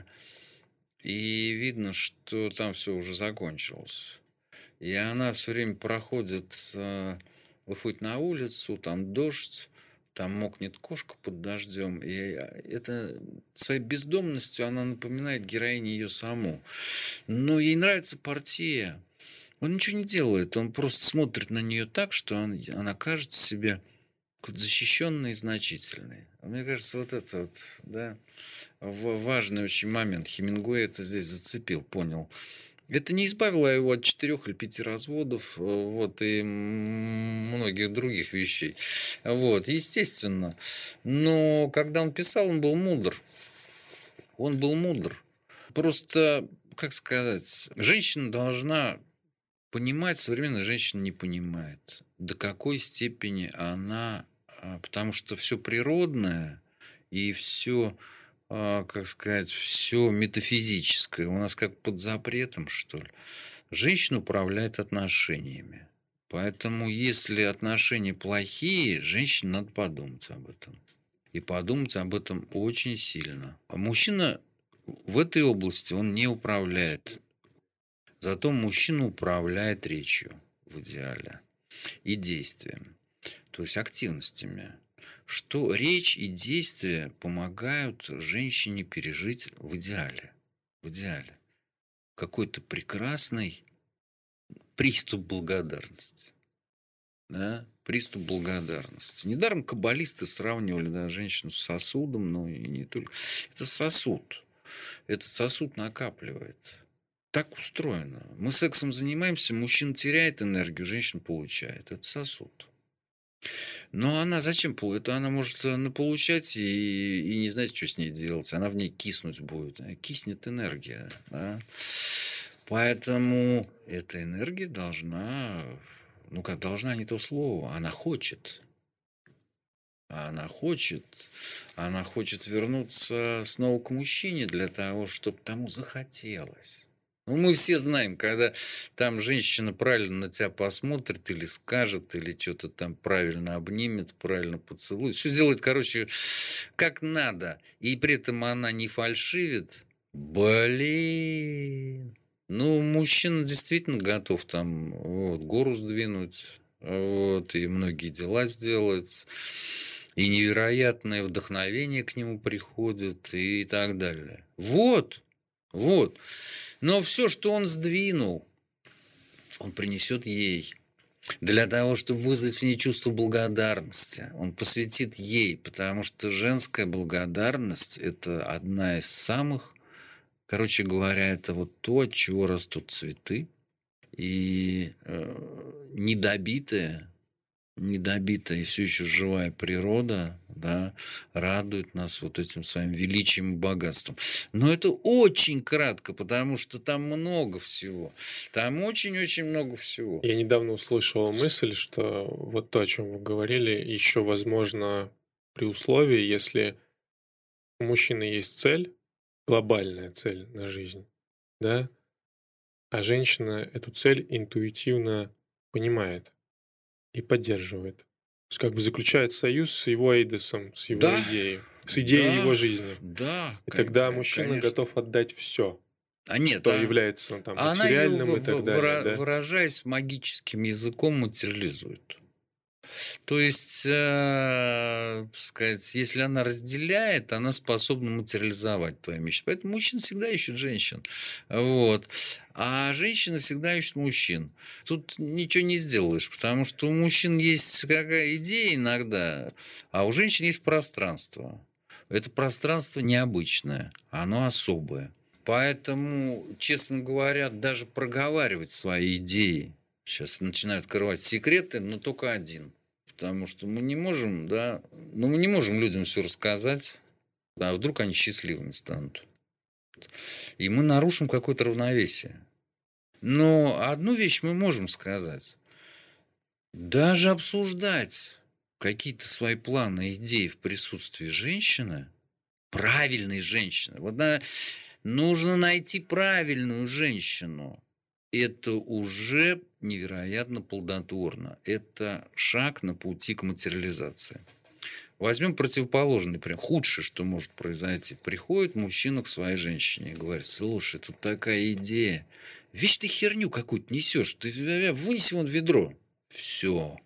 и видно, что там все уже закончилось. И она все время проходит, выходит на улицу, там дождь, там мокнет кошка под дождем. И это своей бездомностью она напоминает героине ее саму. Но ей нравится партия. Он ничего не делает, он просто смотрит на нее так, что она кажется себе защищенной и значительной. Мне кажется, вот это вот, да, важный очень момент. Хемингуэй это здесь зацепил, понял. Это не избавило его от 4 или 5 разводов, вот, и многих других вещей. Вот, естественно. Но когда он писал, он был мудр. Он был мудр. Просто, как сказать, женщина должна понимать, современная женщина не понимает, до какой степени она, потому что все природное и все, как сказать, все метафизическое у нас как под запретом, что ли. Женщина управляет отношениями. Поэтому, если отношения плохие, женщине надо подумать об этом. И подумать об этом очень сильно. А мужчина в этой области, он не управляет. Зато мужчина управляет речью в идеале и действием, то есть активностями. Что речь и действия помогают женщине пережить в идеале. Какой-то прекрасный приступ благодарности. Да? Приступ благодарности. Недаром каббалисты сравнивали, да, женщину с сосудом, но и не только. Это сосуд. Этот сосуд накапливает. Так устроено. Мы сексом занимаемся, мужчина теряет энергию, женщина получает. Это сосуд. Но она зачем получает? Это она может получать и не знать, что с ней делать. Она в ней киснуть будет. Киснет энергия. Да? Поэтому эта энергия должна, ну как должна, не то слово, она хочет. Она хочет вернуться снова к мужчине для того, чтобы тому захотелось. Ну, мы все знаем, когда там женщина правильно на тебя посмотрит или скажет, или что-то там правильно обнимет, правильно поцелует. Все сделает, короче, как надо. И при этом она не фальшивит. Блин. Ну, мужчина действительно готов там вот, гору сдвинуть, вот, и многие дела сделать. и невероятное вдохновение к нему приходит, и так далее. Вот. Но все, что он сдвинул, он принесет ей. Для того, чтобы вызвать в ней чувство благодарности. Он посвятит ей, потому что женская благодарность – это одна из самых, короче говоря, это вот то, от чего растут цветы. И недобитая и все еще живая природа, да, радует нас вот этим своим величием и богатством. Но это очень кратко, потому что там много всего. Там очень-очень много всего. Я недавно услышал мысль, что вот то, о чем вы говорили, еще возможно при условии, если у мужчины есть цель, глобальная цель на жизнь, да, а женщина эту цель интуитивно понимает и поддерживает. То есть как бы заключает союз с его эйдосом, с его идеей, с идеей его жизни. Да, и тогда мужчина готов отдать все, что является там, материальным и так далее. Да? Выражаясь магическим языком, материализует. То есть, сказать, если она разделяет, она способна материализовать твои мечты. Поэтому мужчина всегда ищет женщин. Вот. А женщины всегда ищут мужчин. Тут ничего не сделаешь, потому что у мужчин есть какая идея иногда, а у женщин есть пространство. Это пространство необычное, оно особое. Поэтому, честно говоря, даже проговаривать свои идеи. Сейчас начинают открывать секреты, но только один. Потому что мы не можем, да, мы не можем людям все рассказать, а вдруг они счастливыми станут. И мы нарушим какое-то равновесие. Но одну вещь мы можем сказать. Даже обсуждать какие-то свои планы, идеи в присутствии женщины, правильной женщины. Вот нужно найти правильную женщину. Это уже невероятно плодотворно. Это шаг на пути к материализации. Возьмем противоположный пример. Худшее, что может произойти. Приходит мужчина к своей женщине и говорит: слушай, тут такая идея. Вещь ты херню какую-то несешь. Ты вынеси вон ведро. Все.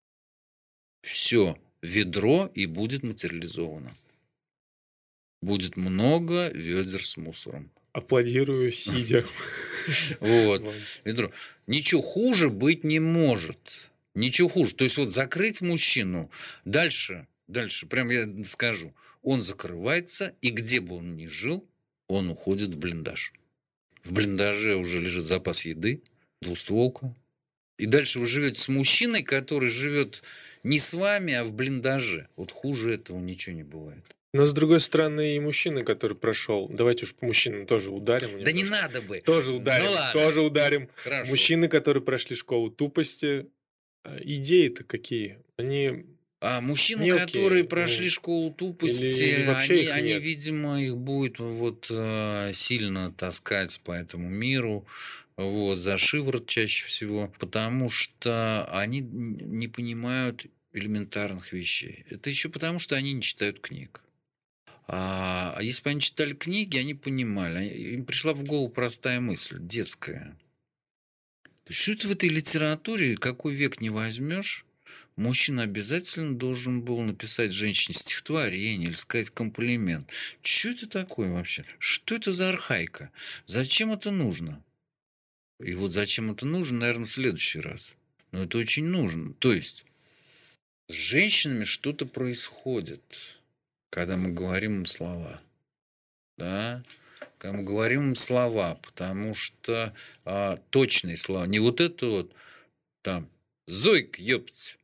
Ведро, и будет материализовано. Будет много ведер с мусором. Аплодирую, сидя. Вот. Ведро. Ничего хуже быть не может. Ничего хуже. То есть вот закрыть мужчину. Дальше, прям я скажу, он закрывается, и где бы он ни жил, он уходит в блиндаж. В блиндаже уже лежит запас еды, двустволка. И дальше вы живете с мужчиной, который живет не с вами, а в блиндаже. Вот хуже этого ничего не бывает. Но, с другой стороны, и мужчина, который прошел... Давайте уж по мужчинам тоже ударим. Да не надо бы. Тоже ударим. Хорошо. Мужчины, которые прошли школу тупости, идеи-то какие? Они... А мужчины, мелкие, которые прошли школу тупости, они, видимо, их будет сильно таскать по этому миру, за шиворот чаще всего, потому что они не понимают элементарных вещей. Это еще потому, что они не читают книг. А если бы они читали книги, они понимали. Им пришла в голову простая мысль, детская. Что это в этой литературе, какой век не возьмешь, мужчина обязательно должен был написать женщине стихотворение или сказать комплимент. Что это такое вообще? Что это за архаика? Зачем это нужно? И вот зачем это нужно, наверное, в следующий раз. Но это очень нужно. То есть с женщинами что-то происходит, когда мы говорим им слова. Да? Когда мы говорим им слова, потому что точные слова. Не вот это вот там «Зойка, ёпть».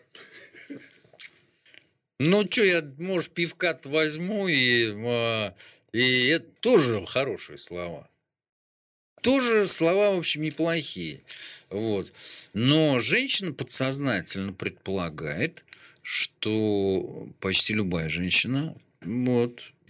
Ну, что, я, может, пивка-то возьму, и это тоже хорошие слова. Тоже слова, в общем, неплохие. Вот. Но женщина подсознательно предполагает, что почти любая женщина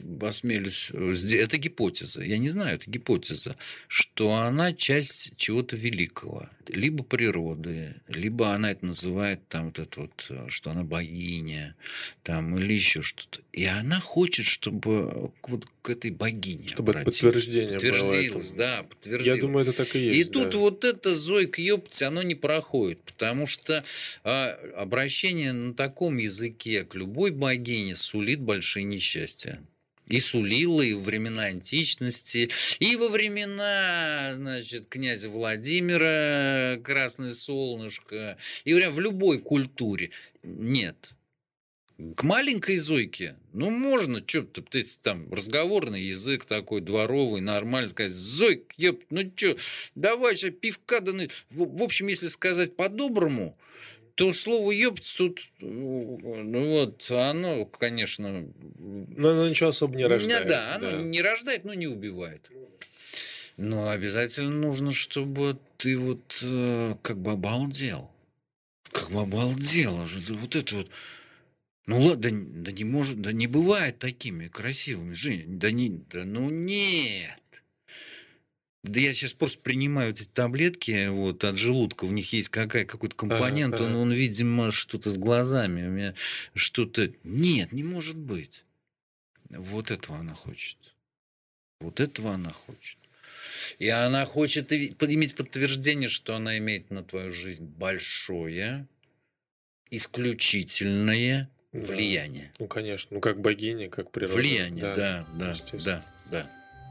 осмелюсь, это гипотеза, я не знаю, это гипотеза, что она часть чего-то великого, либо природы, либо она это называет там вот это вот, что она богиня, там, или еще что-то. И она хочет, чтобы вот к этой богине чтобы подтверждение подтвердилось, да, подтвердилось. Я думаю, это так и есть. И тут вот это зойк ёпть, оно не проходит, потому что обращение на таком языке к любой богине сулит большие несчастья. И сулило и во времена античности, и во времена, значит, князя Владимира, Красное солнышко, и в любой культуре. Нет. К маленькой зойке, ну, можно, что-то, там, разговорный язык такой, дворовый, нормально, сказать, зойк, ёп, ну, что, давай сейчас пивка, да, в общем, если сказать по-доброму, то слово «ёпть» тут, ну вот, оно, конечно... Но оно ничего особо не рождает. Да, оно не рождает, но не убивает. Но обязательно нужно, чтобы ты вот как бы обалдел. Как бы обалдел. Вот это вот... Ну ладно, да не может, да не бывает такими красивыми, Женя. Ну нет. Да я сейчас просто принимаю эти таблетки вот, от желудка, в них есть какой-то компонент, он, видимо, что-то с глазами, у меня что-то... Нет, не может быть. Вот этого она хочет. Вот этого она хочет. И она хочет иметь подтверждение, что она имеет на твою жизнь большое, исключительное влияние. Ну, конечно. Ну, как богиня, как природа. Влияние, да.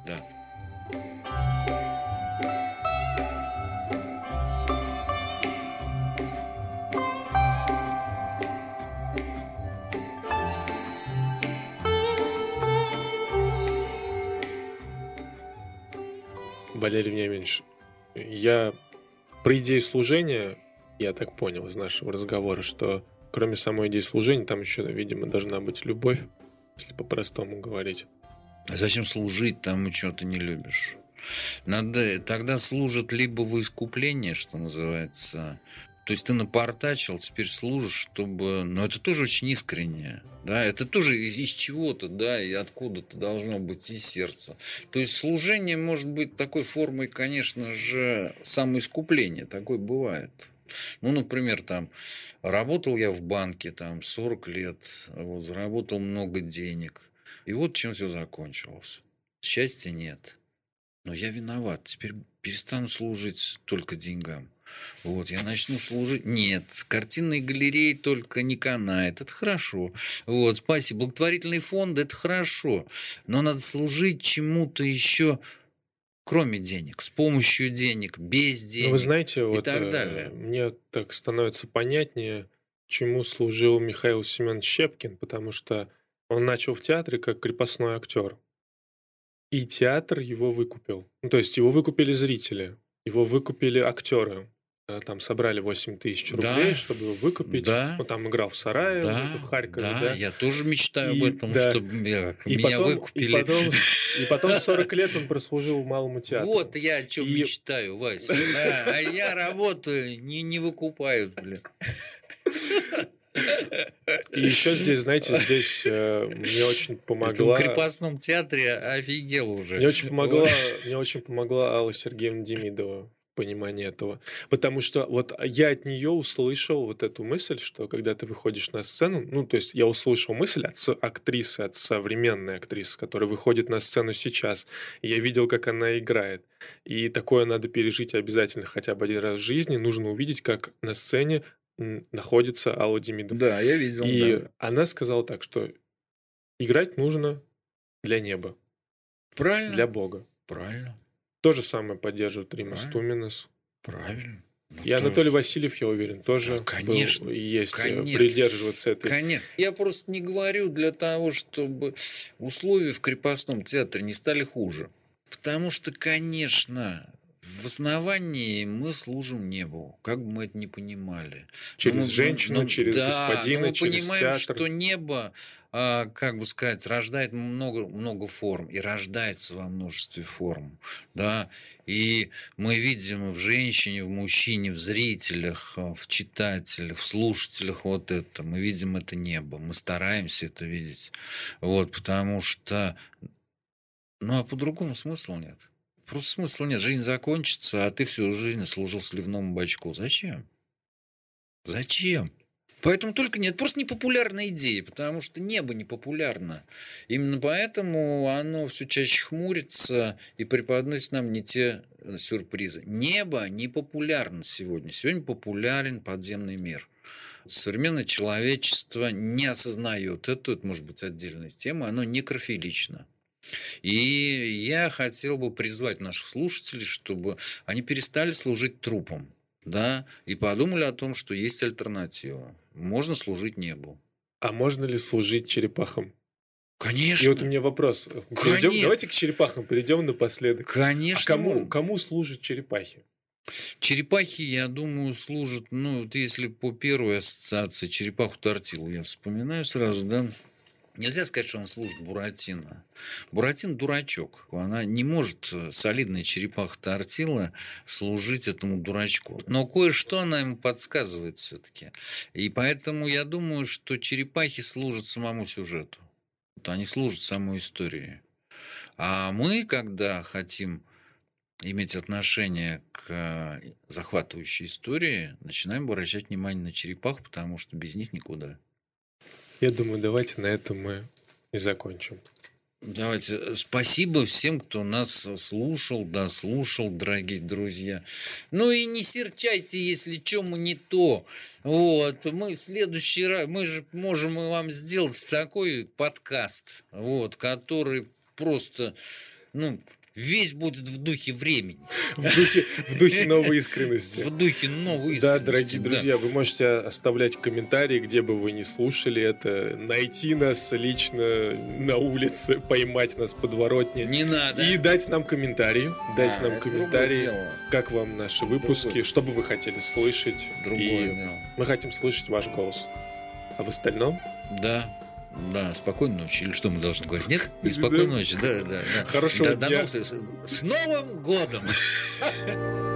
Валерий Вениаминович, я про идею служения, я так понял из нашего разговора, что кроме самой идеи служения, там еще, видимо, должна быть любовь, если по-простому говорить. А зачем служить тому, чего ты не любишь? Тогда служат либо во искупление, что называется. То есть ты напортачил, теперь служишь, чтобы... Но это тоже очень искренне. Да? Это тоже из чего-то, да, и откуда-то должно быть из сердца. То есть служение может быть такой формой, конечно же, самоискупления. Такое бывает. Ну, например, там, работал я в банке там 40 лет, вот, заработал много денег. И вот чем все закончилось. Счастья нет. Но я виноват. Теперь перестану служить только деньгам. Вот, я начну служить. Нет, картинные галереи только не канает. Это хорошо. Вот, спасибо. Благотворительный фонд – это хорошо. Но надо служить чему-то еще, кроме денег, с помощью денег, без денег. Ну, вы знаете, и вот так далее. Мне так становится понятнее, чему служил Михаил Семенович Щепкин, потому что он начал в театре как крепостной актер. И театр его выкупил. Ну, то есть его выкупили зрители, его выкупили актеры. Там собрали 8 тысяч рублей, чтобы его выкупить. Да. Он там играл в Сарае, в Харькове. Да, я тоже мечтаю об этом, чтобы меня выкупили. И потом 40 лет он прослужил в Малому театру. Вот я о чем мечтаю, Вася. А я работаю, не выкупают, блин. И еще здесь, знаете, мне очень помогла... В крепостном театре офигел уже. Мне очень помогла Алла Сергеевна Демидова в понимании этого. Потому что вот я от нее услышал вот эту мысль, что когда ты выходишь на сцену, ну, то есть я услышал мысль от актрисы, от современной актрисы, которая выходит на сцену сейчас. И я видел, как она играет. И такое надо пережить обязательно хотя бы один раз в жизни. Нужно увидеть, как на сцене находится Алла Демидова. Да, я видел. И она сказала так, что играть нужно для неба. Правильно. Для Бога. Правильно. То же самое поддерживает Римас Туминас. Правильно. И Анатолий Васильев, я уверен, тоже конечно, есть придерживаться этой... Конечно. Я просто не говорю для того, чтобы условия в крепостном театре не стали хуже. Потому что, конечно... В основании мы служим небу, как бы мы это ни понимали. Через женщину, через господина, через театр. Мы понимаем, что небо как бы сказать, рождает много форм и рождается во множестве форм, да, и мы видим в женщине, в мужчине, в зрителях, в читателях, в слушателях вот это, мы видим это небо, мы стараемся это видеть, вот, потому что, ну, а по-другому смысла нет. Просто смысла нет. Жизнь закончится, а ты всю жизнь служил сливному бачку. Зачем? Зачем? Поэтому только нет. Просто непопулярная идея, потому что небо непопулярно. Именно поэтому оно все чаще хмурится и преподносит нам не те сюрпризы. Небо не популярно сегодня. Сегодня популярен подземный мир. Современное человечество не осознает это может быть отдельная тема, оно некрофилично. И я хотел бы призвать наших слушателей, чтобы они перестали служить трупам, да, и подумали о том, что есть альтернатива. Можно служить небу. А можно ли служить черепахам? Конечно. И вот у меня вопрос. Давайте к черепахам перейдем напоследок. Конечно. А кому служат черепахи? Черепахи, я думаю, служат, ну, вот если по первой ассоциации черепаху Тортилу я вспоминаю сразу, да. Нельзя сказать, что он служит Буратино. Буратино дурачок. Она не может, солидная черепаха Тортила, служить этому дурачку. Но кое-что она ему подсказывает все-таки. И поэтому я думаю, что черепахи служат самому сюжету. Они служат самой истории. А мы, когда хотим иметь отношение к захватывающей истории, начинаем обращать внимание на черепах, потому что без них никуда. Я думаю, давайте на этом мы и закончим. Давайте. Спасибо всем, кто нас слушал, дослушал, дорогие друзья. Ну и не серчайте, если чему не то. Вот. Мы в следующий раз, мы же можем вам сделать такой подкаст, вот, который просто, ну, весь будет в духе времени. В духе новой искренности. В духе новой искренности. Да, дорогие друзья, вы можете оставлять комментарии, где бы вы ни слушали это, найти нас лично на улице, поймать нас в подворотне. Не надо. И дать нам комментарии. Как вам наши выпуски, что бы вы хотели слышать. Другое дело. Мы хотим слышать ваш голос. А в остальном? Да, спокойной ночи. Или что мы должны говорить? Нет? Не спокойной ночи. Да. Хорошего дня. С Новым годом!